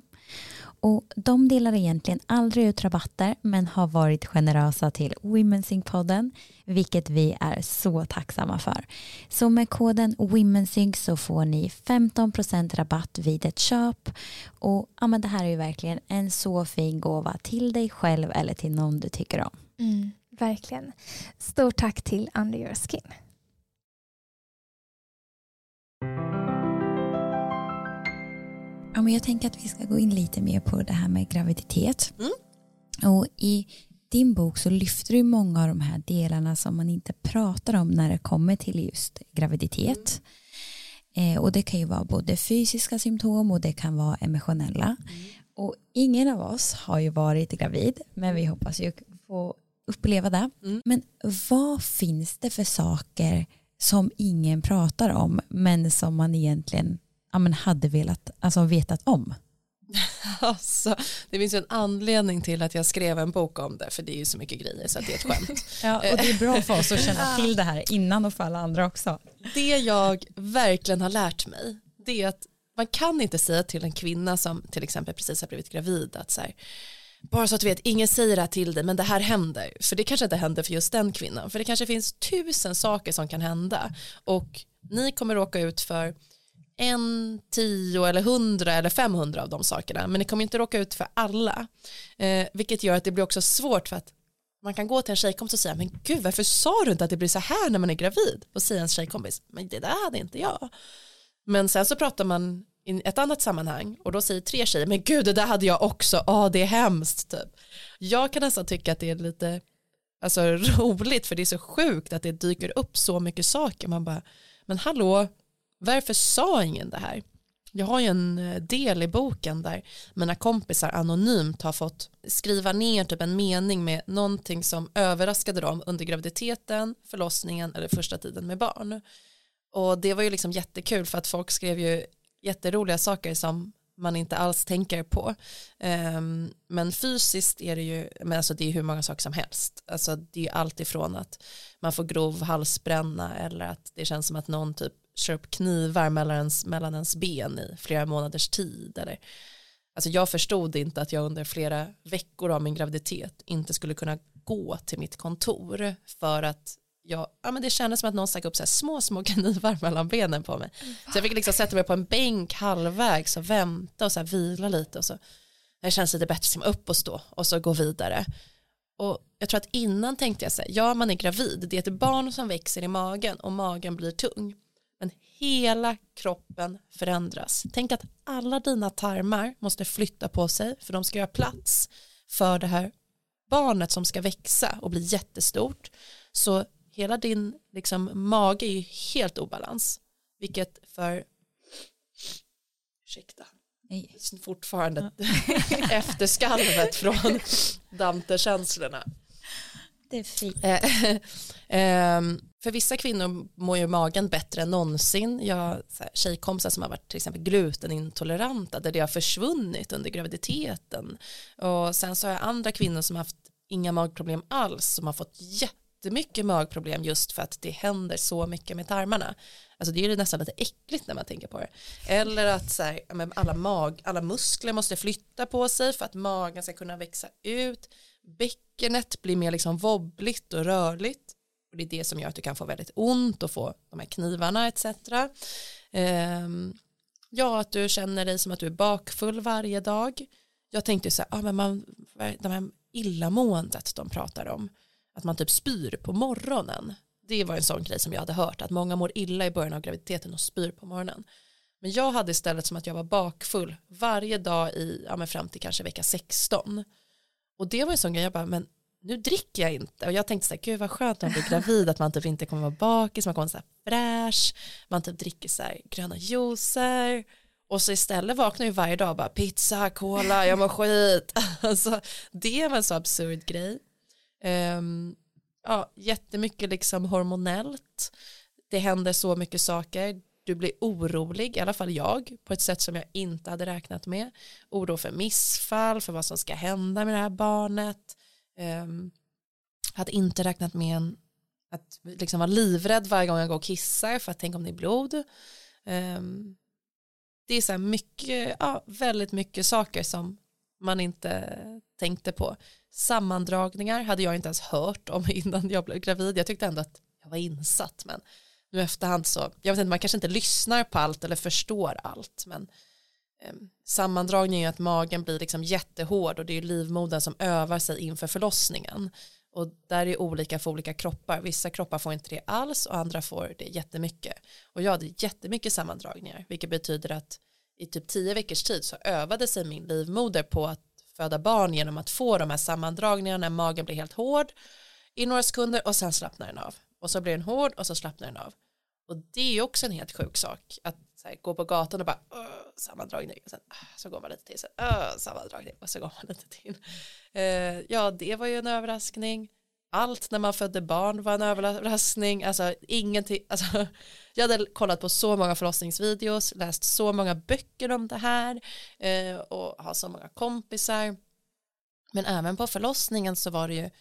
Och de delar egentligen aldrig ut rabatter, men har varit generösa till WomenSync-podden, vilket vi är så tacksamma för. Så med koden WomenSync så får ni femton procent rabatt vid ett köp. Och ja, men det här är ju verkligen en så fin gåva till dig själv eller till någon du tycker om. Mm, verkligen. Stort tack till Under Your Skin. Ja, men jag tänker att vi ska gå in lite mer på det här med graviditet. Mm. Och i din bok så lyfter du många av de här delarna som man inte pratar om när det kommer till just graviditet. Mm. Eh, och det kan ju vara både fysiska symptom och det kan vara emotionella. Mm. Och ingen av oss har ju varit gravid, men vi hoppas ju få uppleva det. Mm. Men vad finns det för saker som ingen pratar om, men som man egentligen ja, men hade velat, alltså vetat om? Alltså, det finns ju en anledning till att jag skrev en bok om det, för det är ju så mycket grejer så att det är ett skämt. Ja, och det är bra för oss att känna till det här innan och för alla andra också. Det jag verkligen har lärt mig, det är att man kan inte säga till en kvinna som till exempel precis har blivit gravid att så här, bara så att du vet, ingen säger det här till dig, men det här händer. För det kanske inte händer för just den kvinnan. För det kanske finns tusen saker som kan hända. Och ni kommer råka ut för en, tio eller hundra eller femhundra av de sakerna. Men ni kommer inte råka ut för alla. Eh, vilket gör att det blir också svårt, för att man kan gå till en tjejkompis och säga, men gud, varför sa du inte att det blir så här när man är gravid? Och säga en tjejkompis, men det där hade inte jag. Men sen så pratar man i ett annat sammanhang och då säger tre tjejer, men gud, det där hade jag också, ja, det är hemskt typ. Jag kan nästan tycka att det är lite alltså, roligt, för det är så sjukt att det dyker upp så mycket saker. Man bara, men hallå, varför sa ingen det här? Jag har ju en del i boken där mina kompisar anonymt har fått skriva ner typ en mening med någonting som överraskade dem under graviditeten, förlossningen eller första tiden med barn. Och det var ju liksom jättekul, för att folk skrev ju jätteroliga saker som man inte alls tänker på. Um, men fysiskt är det ju, men alltså det är hur många saker som helst. Alltså det är allt ifrån att man får grov halsbränna, eller att det känns som att någon typ kör upp knivar mellan ens, mellan ens ben i flera månaders tid. Eller Alltså jag förstod inte att jag under flera veckor av min graviditet inte skulle kunna gå till mitt kontor för att jag, ja, men det kändes som att någon stack upp så här små, små knivar mellan benen på mig. Så jag fick liksom sätta mig på en bänk halvvägs och vänta och så här vila lite. Och så. Det känns lite bättre som upp och stå och så gå vidare. Och jag tror att innan tänkte jag så här, ja man är gravid, det är ett barn som växer i magen och magen blir tung. Men hela kroppen förändras. Tänk att alla dina tarmar måste flytta på sig för de ska göra plats för det här barnet som ska växa och bli jättestort. Så hela din liksom, mage är ju helt obalans. Vilket för... Ursäkta. Nej. Fortfarande efterskalvet från Dante-känslorna. Det är fint. För vissa kvinnor mår ju magen bättre än någonsin. Jag har tjejkompisar som har varit till exempel glutenintoleranta där det har försvunnit under graviditeten. Och sen så har jag andra kvinnor som har haft inga magproblem alls som har fått jättemycket magproblem just för att det händer så mycket med tarmarna. Alltså det är ju nästan lite äckligt när man tänker på det. Eller att så här, alla, mag, alla muskler måste flytta på sig för att magen ska kunna växa ut. Bäckenet blir mer liksom wobbligt och rörligt. Och det är det som gör att du kan få väldigt ont och få de här knivarna et cetera. Um, ja, att du känner dig som att du är bakfull varje dag. Jag tänkte så här, ah, men man, de här illamåendet de pratar om. Att man typ spyr på morgonen. Det var en sån grej som jag hade hört. Att många mår illa i början av graviditeten och spyr på morgonen. Men jag hade istället som att jag var bakfull varje dag i, ja, men fram till kanske vecka sexton. Och det var en sån grej, jag bara, men nu dricker jag inte. Och jag tänkte så här, gud vad skönt att bli gravid, att man typ inte kommer vara bakis, man kommer så här fräsch, man typ dricker så här gröna juicer. Och så istället vaknar ju varje dag bara pizza, cola, jag mår skit. Alltså, det var en så absurd grej. Um, ja, jättemycket liksom hormonellt. Det händer så mycket saker. Du blir orolig, i alla fall jag, på ett sätt som jag inte hade räknat med. Oro för missfall, för vad som ska hända med det här barnet. Um, hade inte räknat med en, att liksom vara livrädd varje gång jag går och kissar för att tänka om det är blod. Um, det är så här mycket, ja, väldigt mycket saker som man inte tänkte på. Sammandragningar hade jag inte ens hört om innan jag blev gravid. Jag tyckte ändå att jag var insatt, men nu efterhand så, jag vet inte, man kanske inte lyssnar på allt eller förstår allt, men eh, sammandragning är att magen blir liksom jättehård och det är livmodern som övar sig inför förlossningen. Och där är olika för olika kroppar. Vissa kroppar får inte det alls och andra får det jättemycket. Och jag hade jättemycket sammandragningar, vilket betyder att i typ tio veckors tid så övade sig min livmoder på att föda barn genom att få de här sammandragningarna när magen blir helt hård i några sekunder och sen slappnar den av. Och så blir den hård och så slappnar den av. Och det är också en helt sjuk sak att så här, gå på gatan och bara sammandragning och sen så går man lite till, så här, sammandragning och så går man lite till. Uh, ja, det var ju en överraskning. Allt när man födde barn var en överraskning. Alltså ingenting, alltså, jag hade kollat på så många förlossningsvideos, läst så många böcker om det här uh, och har så många kompisar. Men även på förlossningen så var det ju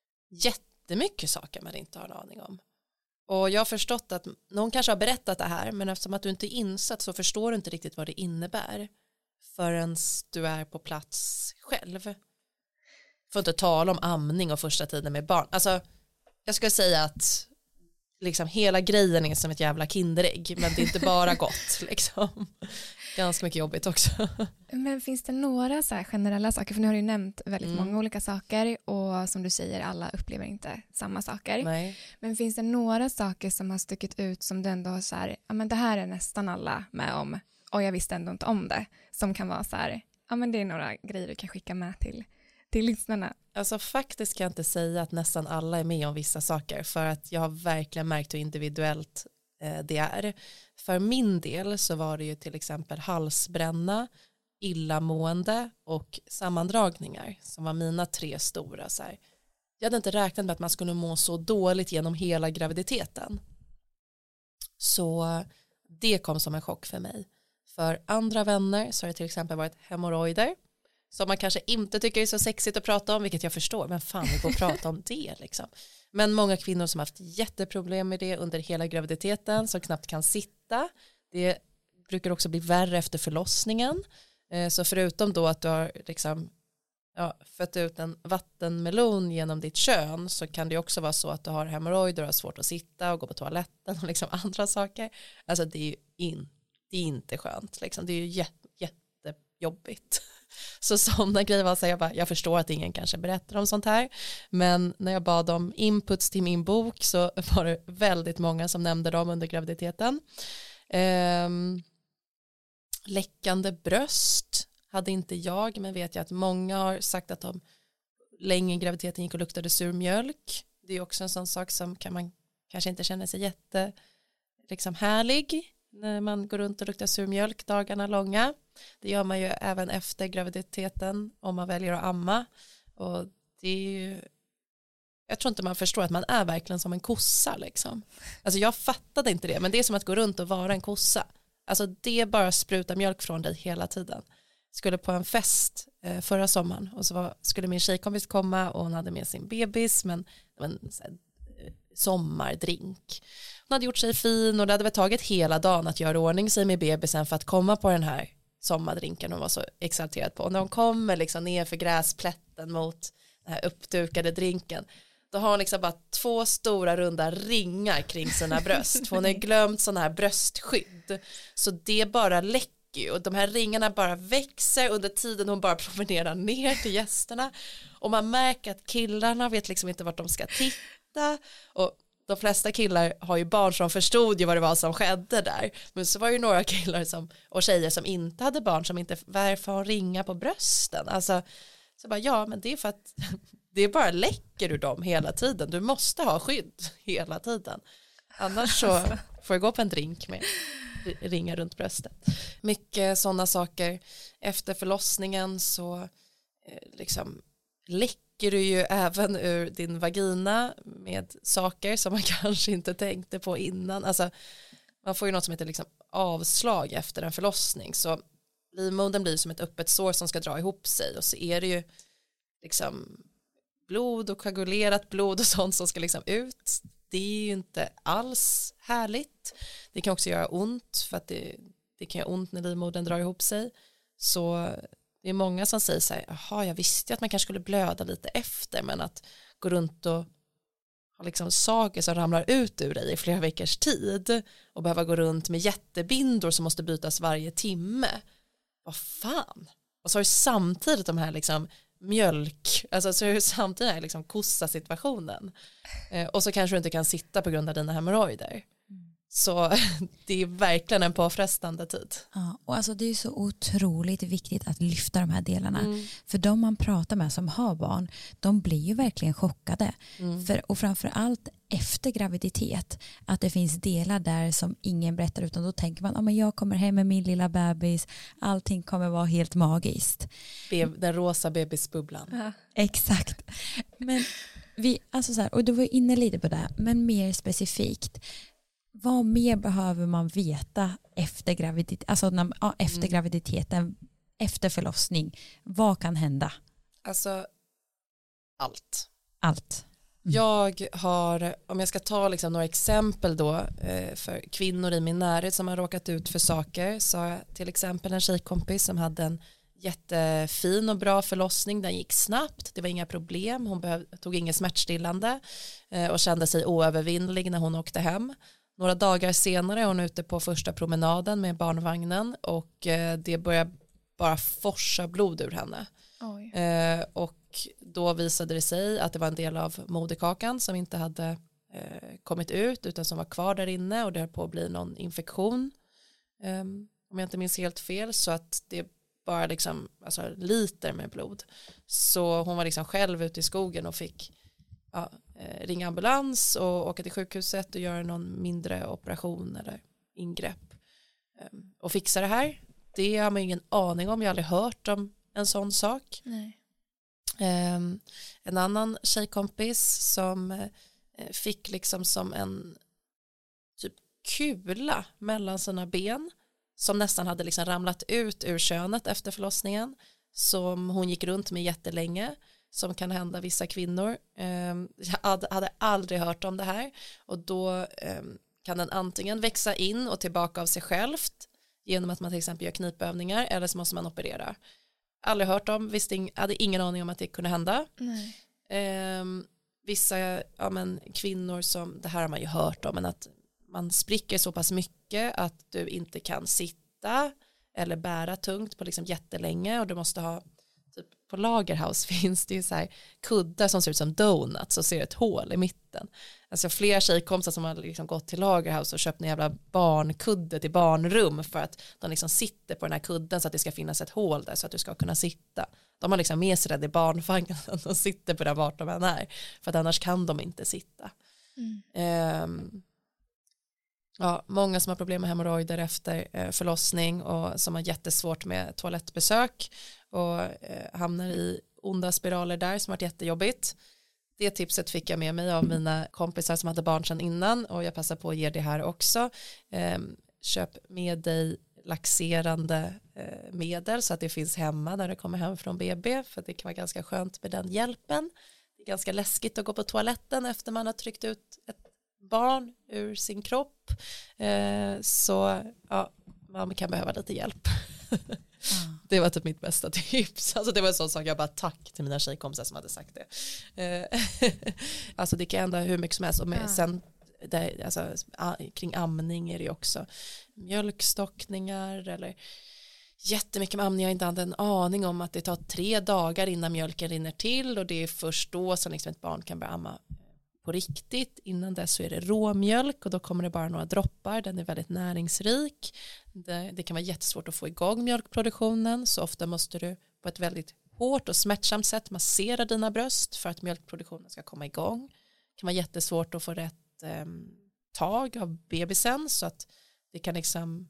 jättemycket saker man inte har en aning om. Och jag har förstått att någon kanske har berättat det här, men eftersom att du inte är insatt så förstår du inte riktigt vad det innebär förrän du är på plats själv. Får inte tala om amning och första tiden med barn. Alltså, jag skulle säga att liksom hela grejen är som ett jävla kinderägg, men det är inte bara gott liksom. Ganska mycket jobbigt också. Men finns det några så här generella saker, för nu har du ju nämnt väldigt mm. många olika saker och som du säger, alla upplever inte samma saker. Nej. Men finns det några saker som har stuckit ut som du ändå har så här, ja men det här är nästan alla med om och jag visste ändå inte om det, som kan vara så här, ja men det är några grejer du kan skicka med till till lyssnarna? Alltså faktiskt kan jag inte säga att nästan alla är med om vissa saker, för att jag har verkligen märkt hur individuellt eh, det är. För min del så var det ju till exempel halsbränna, illamående och sammandragningar som var mina tre stora. Så här. Jag hade inte räknat med att man skulle må så dåligt genom hela graviditeten. Så det kom som en chock för mig. För andra vänner så har det till exempel varit hemorrojder, som man kanske inte tycker är så sexigt att prata om, vilket jag förstår, men fan vi går att prata om det liksom. Men många kvinnor som har haft jätteproblem med det under hela graviditeten, som knappt kan sitta. Det brukar också bli värre efter förlossningen. Eh, så förutom då att du har liksom, ja, fött ut en vattenmelon genom ditt kön, så kan det också vara så att du har hemorrojder och har svårt att sitta och gå på toaletten och liksom andra saker. Alltså det är ju in, det är inte skönt. Liksom. Det är ju jätte, jättejobbigt. Så sådana grejer var så jag, bara, jag förstår att ingen kanske berättar om sånt här, men när jag bad om inputs till min bok så var det väldigt många som nämnde dem under graviditeten. Ehm, läckande bröst hade inte jag, men vet jag att många har sagt att de länge i graviditeten gick och luktade sur mjölk. Det är också en sån sak som kan man kanske inte känna sig jätte liksom härlig när man går runt och luktar sur mjölk dagarna långa. Det gör man ju även efter graviditeten om man väljer att amma. Och det är ju, jag tror inte man förstår att man är verkligen som en kossa liksom. Alltså jag fattade inte det, men det är som att gå runt och vara en kossa. Alltså det bara sprutar mjölk från dig hela tiden. Skulle på en fest eh, förra sommaren och så var, skulle min tjejkompis komma och hon hade med sin bebis, men det var en så här, sommardrink. Hon hade gjort sig fin och det hade väl tagit hela dagen att göra ordning sig med bebisen för att komma på den här sommardrinken hon var så exalterad på. Och när hon kommer liksom ner för gräsplätten mot den här uppdukade drinken, då har hon liksom bara två stora runda ringar kring sina bröst. För hon har glömt sådana här bröstskydd. Så det bara läcker. Och de här ringarna bara växer under tiden hon bara promenerar ner till gästerna. Och man märker att killarna vet liksom inte vart de ska titta. Och de flesta killar har ju barn som förstod ju vad det var som skedde där. Men så var det ju några killar som, och tjejer som inte hade barn som inte, varför har ringa på brösten? Alltså, så bara, ja men det är för att det bara läcker ur dem hela tiden. Du måste ha skydd hela tiden. Annars så får jag gå på en drink med ringar runt bröstet. Mycket sådana saker. Efter förlossningen så eh, liksom läcker du ju även ur din vagina med saker som man kanske inte tänkte på innan. Alltså, man får ju något som heter liksom avslag efter en förlossning. Så livmodern blir som ett öppet sår som ska dra ihop sig. Och så är det ju liksom blod och koagulerat blod och sånt som ska liksom ut. Det är ju inte alls härligt. Det kan också göra ont för att det, det kan göra ont när livmodern drar ihop sig. Så det är många som säger så här, jaha, jag visste att man kanske skulle blöda lite efter, men att gå runt och ha liksom saker som ramlar ut ur dig i flera veckors tid och behöva gå runt med jättebindor som måste bytas varje timme. Vad fan? Och så har du samtidigt de här liksom mjölk, alltså så är det samtidigt här liksom kossa situationen. Eh, och så kanske du inte kan sitta på grund av dina hemorrojder. Mm. Så det är verkligen en påfrestande tid. Ja, och alltså det är så otroligt viktigt att lyfta de här delarna. Mm. För de man pratar med som har barn, de blir ju verkligen chockade. Mm. För, och framförallt efter graviditet, att det finns delar där som ingen berättar, utan då tänker man, ah, men jag kommer hem med min lilla bebis, allting kommer vara helt magiskt. Be- den rosa bebisbubblan. Ja. Exakt. Men vi, alltså så här, och du var inne lite på det, men mer specifikt, vad mer behöver man veta efter, graviditet, alltså när, ja, efter mm. graviditeten, efter förlossning? Vad kan hända? Alltså, allt. Allt. Mm. Jag har, om jag ska ta liksom några exempel då eh, för kvinnor i min närhet som har råkat ut för saker, så har jag till exempel en tjejkompis som hade en jättefin och bra förlossning. Den gick snabbt, det var inga problem, hon behöv, tog ingen smärtstillande eh, och kände sig oövervinnlig när hon åkte hem. Några dagar senare är hon ute på första promenaden med barnvagnen och eh, det börjar bara forsa blod ur henne. Eh, och då visade det sig att det var en del av moderkakan som inte hade eh, kommit ut utan som var kvar där inne, och det höll på att bli någon infektion. Eh, om jag inte minns helt fel, så att det bara liksom, alltså liter med blod. Så hon var liksom själv ute i skogen och fick ja, eh, ringa ambulans och åka till sjukhuset och göra någon mindre operation eller ingrepp. Eh, och fixa det här. Det har man ingen aning om, jag har aldrig hört om en sån sak. Nej. Um, en annan tjejkompis som uh, fick liksom som en typ kula mellan sina ben som nästan hade liksom ramlat ut ur könet efter förlossningen, som hon gick runt med jättelänge, som kan hända vissa kvinnor. Um, jag hade, hade aldrig hört om det här, och då um, kan den antingen växa in och tillbaka av sig självt, genom att man till exempel gör knipövningar eller så måste man operera. Aldrig hört om, visste ing, hade ingen aning om att det kunde hända. Nej. Eh, vissa ja, men, kvinnor som, det här har man ju hört om, men att man spricker så pass mycket att du inte kan sitta eller bära tungt på liksom jättelänge och du måste ha, typ på Lagerhaus finns det ju så här kuddar som ser ut som donuts och ser ett hål i mitten. Alltså flera tjejkompisar som har liksom gått till Lagerhaus och köpt en jävla barnkudde till barnrum för att de liksom sitter på den här kudden så att det ska finnas ett hål där så att du ska kunna sitta. De har liksom med sig det i barnvagnen och de sitter på den vart de än är för att annars kan de inte sitta. Mm. Um, Ja, många som har problem med hemorrojder efter förlossning och som har jättesvårt med toalettbesök och eh, hamnar i onda spiraler där som har varit jättejobbigt. Det tipset fick jag med mig av mina kompisar som hade barn sedan innan och jag passar på att ge det här också. Eh, köp med dig laxerande eh, medel så att det finns hemma när du kommer hem från B B för det kan vara ganska skönt med den hjälpen. Det är ganska läskigt att gå på toaletten efter man har tryckt ut ett barn ur sin kropp eh, så ja, man kan behöva lite hjälp. Mm. Det var typ mitt bästa tips. Alltså det var en sån sak jag bara tack till mina tjejkompisar som hade sagt det. Eh, alltså det kan hända hur mycket som helst och med, mm. sen där, alltså, kring amning är det också mjölkstockningar eller jättemycket med amning. Jag har inte hade en aning om att det tar tre dagar innan mjölken rinner till och det är först då som liksom ett barn kan börja amma på riktigt. Innan dess så är det råmjölk och då kommer det bara några droppar. Den är väldigt näringsrik. Det, det kan vara jättesvårt att få igång mjölkproduktionen så ofta måste du på ett väldigt hårt och smärtsamt sätt massera dina bröst för att mjölkproduktionen ska komma igång. Det kan vara jättesvårt att få rätt eh, tag av bebisen så att det kan liksom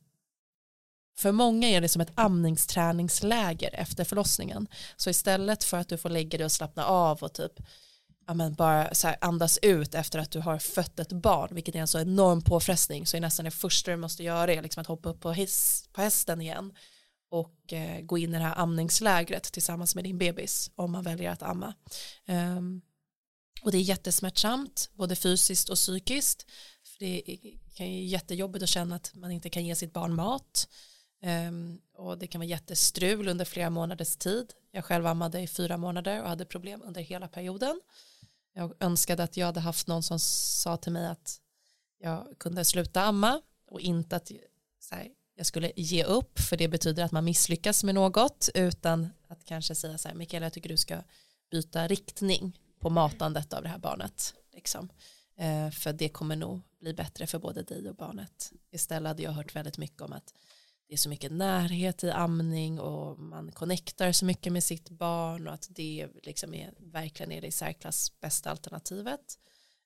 för många är det som ett amningsträningsläger efter förlossningen. Så istället för att du får lägga dig och slappna av och typ ja, men bara så här andas ut efter att du har fött ett barn, vilket är en så enorm påfrestning, så är nästan det första du måste göra är liksom att hoppa upp på, häst, på hästen igen och eh, gå in i det här amningslägret tillsammans med din bebis om man väljer att amma. Um, och det är jättesmärtsamt, både fysiskt och psykiskt, för det är, kan ju jättejobbigt att känna att man inte kan ge sitt barn mat. Um, och det kan vara jättestrul under flera månaders tid. Jag själv ammade i fyra månader och hade problem under hela perioden. Jag önskade att jag hade haft någon som sa till mig att jag kunde sluta amma och inte att så här, jag skulle ge upp för det betyder att man misslyckas med något, utan att kanske säga så här, Mikaela, jag tycker du ska byta riktning på matandet av det här barnet liksom. eh, för det kommer nog bli bättre för både dig och barnet. Istället hade jag hört väldigt mycket om att det är så mycket närhet i amning och man connectar så mycket med sitt barn och att det liksom är, verkligen är det i särklass bästa alternativet.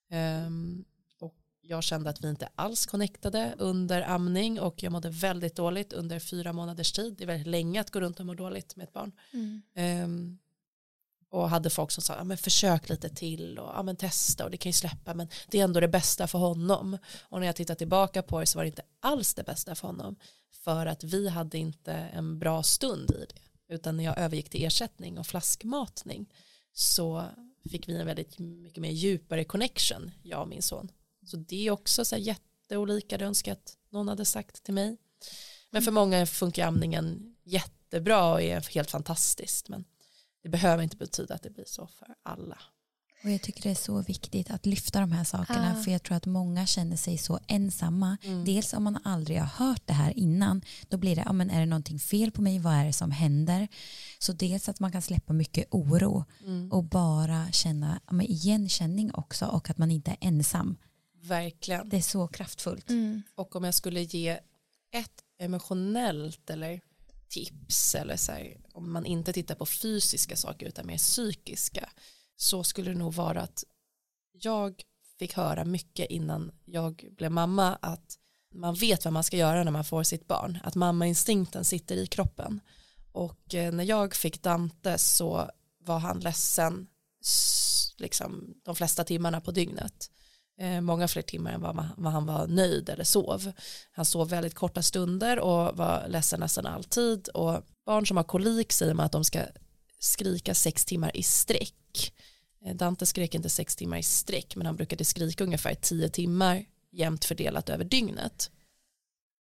Um, och jag kände att vi inte alls connectade under amning och jag mådde väldigt dåligt under fyra månaders tid. Det är väldigt länge att gå runt och må dåligt med ett barn. Mm. Um, och hade folk som sa, ja, men försök lite till och ja, men testa och det kan ju släppa, men det är ändå det bästa för honom. Och när jag tittar tillbaka på det så var det inte alls det bästa för honom. För att vi hade inte en bra stund i det. Utan när jag övergick till ersättning och flaskmatning så fick vi en väldigt mycket mer djupare connection, jag och min son. Så det är också så här jätteolika, det önskar att någon hade sagt till mig. Men för många funkar amningen jättebra och är helt fantastiskt. Men det behöver inte betyda att det blir så för alla. Och jag tycker det är så viktigt att lyfta de här sakerna. Ah. För jag tror att många känner sig så ensamma. Mm. Dels om man aldrig har hört det här innan. Då blir det, ja, men är det någonting fel på mig? Vad är det som händer? Så dels att man kan släppa mycket oro. Mm. Och bara känna, ja, men igenkänning också. Och att man inte är ensam. Verkligen. Det är så kraftfullt. Mm. Och om jag skulle ge ett emotionellt eller tips. Eller så här, om man inte tittar på fysiska saker utan mer psykiska. Så skulle det nog vara att jag fick höra mycket innan jag blev mamma att man vet vad man ska göra när man får sitt barn. Att mammainstinkten sitter i kroppen. Och eh, när jag fick Dante så var han ledsen liksom, de flesta timmarna på dygnet. Eh, många fler timmar än vad, man, vad han var nöjd eller sov. Han sov väldigt korta stunder och var ledsen nästan alltid. Och barn som har kolik säger man att de ska skrika sex timmar i sträck. Dante skrek inte sex timmar i sträck, men han brukade skrika ungefär tio timmar jämnt fördelat över dygnet.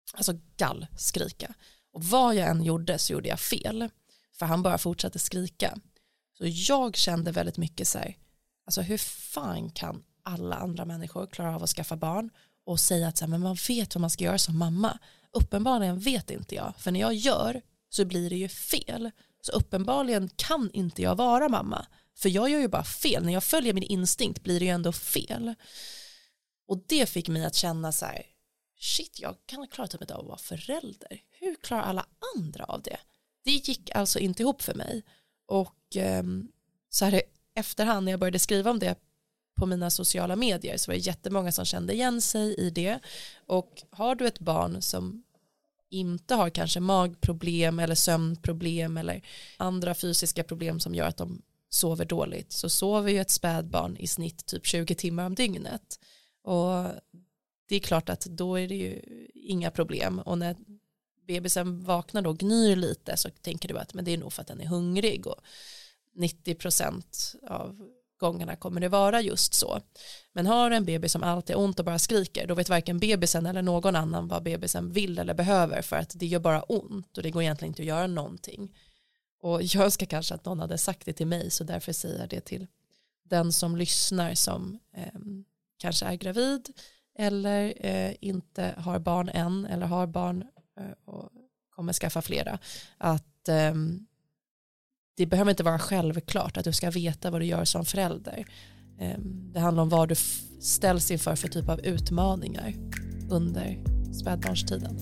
alltså gallskrika. Och vad jag än gjorde så gjorde jag fel. För han bara fortsatte skrika. Så jag kände väldigt mycket så här, alltså hur fan kan alla andra människor klara av att skaffa barn och säga att så här, men man vet vad man ska göra som mamma. Uppenbarligen vet inte jag. För när jag gör så blir det ju fel. Så uppenbarligen kan inte jag vara mamma. För jag gör ju bara fel. När jag följer min instinkt blir det ju ändå fel. Och det fick mig att känna så här, shit, jag kan klara typ av att vara förälder. Hur klarar alla andra av det? Det gick alltså inte ihop för mig. Och eh, så här efterhand när jag började skriva om det på mina sociala medier så var det jättemånga som kände igen sig i det. Och har du ett barn som inte har kanske magproblem eller sömnproblem eller andra fysiska problem som gör att de sover dåligt, så sover ju ett spädbarn i snitt typ tjugo timmar om dygnet. Och det är klart att då är det ju inga problem. Och när bebisen vaknar då och gnyr lite så tänker du att men det är nog för att den är hungrig, och nittio procent av gångerna kommer det vara just så. Men har en bebis som alltid är ont och bara skriker, då vet varken bebisen eller någon annan vad bebisen vill eller behöver, för att det gör bara ont och det går egentligen inte att göra någonting. Och jag önskar kanske att någon hade sagt det till mig, så därför säger jag det till den som lyssnar som eh, kanske är gravid eller eh, inte har barn än eller har barn eh, och kommer skaffa flera, att eh, det behöver inte vara självklart att du ska veta vad du gör som förälder. Eh, det handlar om vad du f- ställs inför för typ av utmaningar under spädbarnstiden.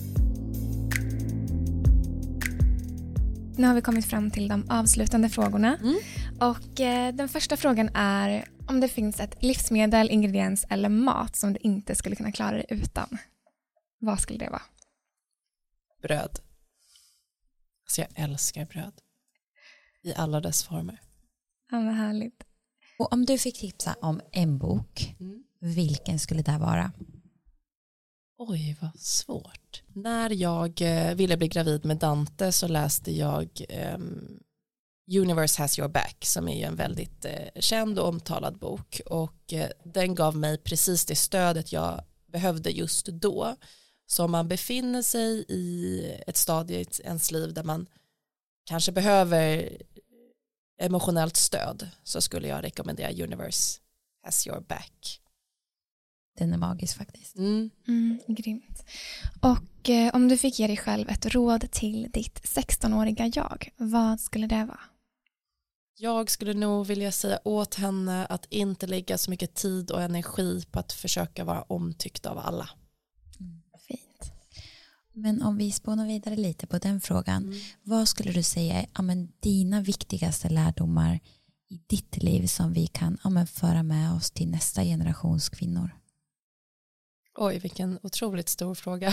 Nu har vi kommit fram till de avslutande frågorna. Mm. Och eh, den första frågan är om det finns ett livsmedel, ingrediens eller mat som du inte skulle kunna klara dig utan. Vad skulle det vara? Bröd. Alltså jag älskar bröd. I alla dess former. Ja, vad härligt. Och om du fick tipsa om en bok, mm. vilken skulle det vara? Oj, vad svårt. När jag eh, ville bli gravid med Dante så läste jag eh, Universe Has Your Back, som är en väldigt eh, känd och omtalad bok. Och eh, den gav mig precis det stödet jag behövde just då. Så om man befinner sig i ett stadie i ens liv där man kanske behöver emotionellt stöd, så skulle jag rekommendera Universe Has Your Back. Den är magisk faktiskt. Mm. Mm, grymt. Och eh, om du fick ge dig själv ett råd till ditt sextonåriga jag, vad skulle det vara? Jag skulle nog vilja säga åt henne att inte lägga så mycket tid och energi på att försöka vara omtyckt av alla. Mm. Fint. Men om vi spånar vidare lite på den frågan, mm. vad skulle du säga är ja, men, dina viktigaste lärdomar i ditt liv som vi kan ja, men, föra med oss till nästa generations kvinnor? Oj, vilken otroligt stor fråga.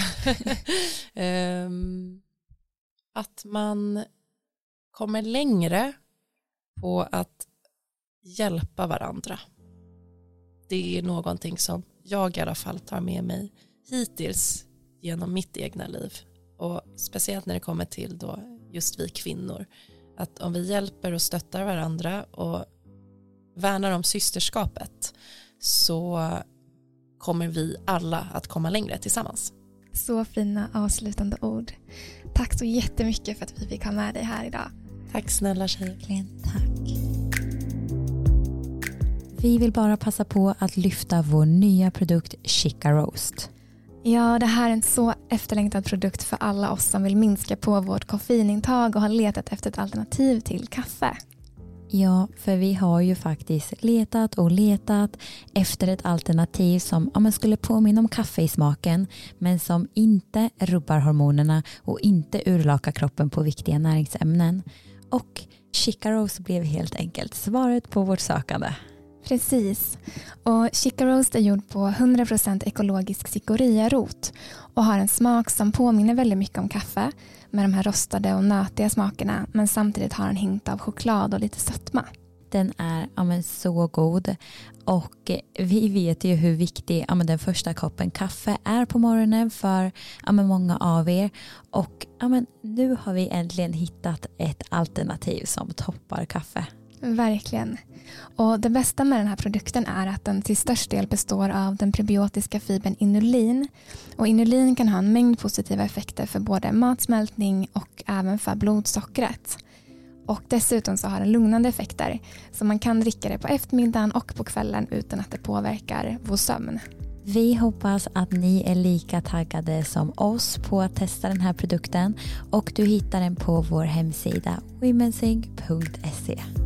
um, att man kommer längre på att hjälpa varandra. Det är någonting som jag i alla fall tar med mig hittills genom mitt egna liv. Och speciellt när det kommer till då just vi kvinnor. Att om vi hjälper och stöttar varandra och värnar om systerskapet, så kommer vi alla att komma längre tillsammans. Så fina avslutande ord. Tack så jättemycket för att vi fick ha med dig här idag. Tack snälla tjejer. Tack. Vi vill bara passa på att lyfta vår nya produkt Chica Roast. Ja, det här är en så efterlängtad produkt för alla oss som vill minska på vårt koffeinintag och har letat efter ett alternativ till kaffe. Ja, för vi har ju faktiskt letat och letat efter ett alternativ som ja, man skulle påminna om kaffe i smaken, men som inte rubbar hormonerna och inte urlakar kroppen på viktiga näringsämnen. Och Chica Roast blev helt enkelt svaret på vårt sökande. Precis. Och Chica Roast är gjord på hundra procent ekologisk cikoria-rot och har en smak som påminner väldigt mycket om kaffe med de här rostade och nötiga smakerna, men samtidigt har en hint av choklad och lite sötma. Den är ja, men, så god, och vi vet ju hur viktig ja, men, den första koppen kaffe är på morgonen för ja, men, många av er, och ja, men, nu har vi äntligen hittat ett alternativ som toppar kaffe. Verkligen. Och det bästa med den här produkten är att den till störst del består av den prebiotiska fibern inulin. Och inulin kan ha en mängd positiva effekter för både matsmältning och även för blodsockret. Och dessutom så har den lugnande effekter, så man kan dricka det på eftermiddagen och på kvällen utan att det påverkar vår sömn. Vi hoppas att ni är lika taggade som oss på att testa den här produkten, och du hittar den på vår hemsida womensync punkt se.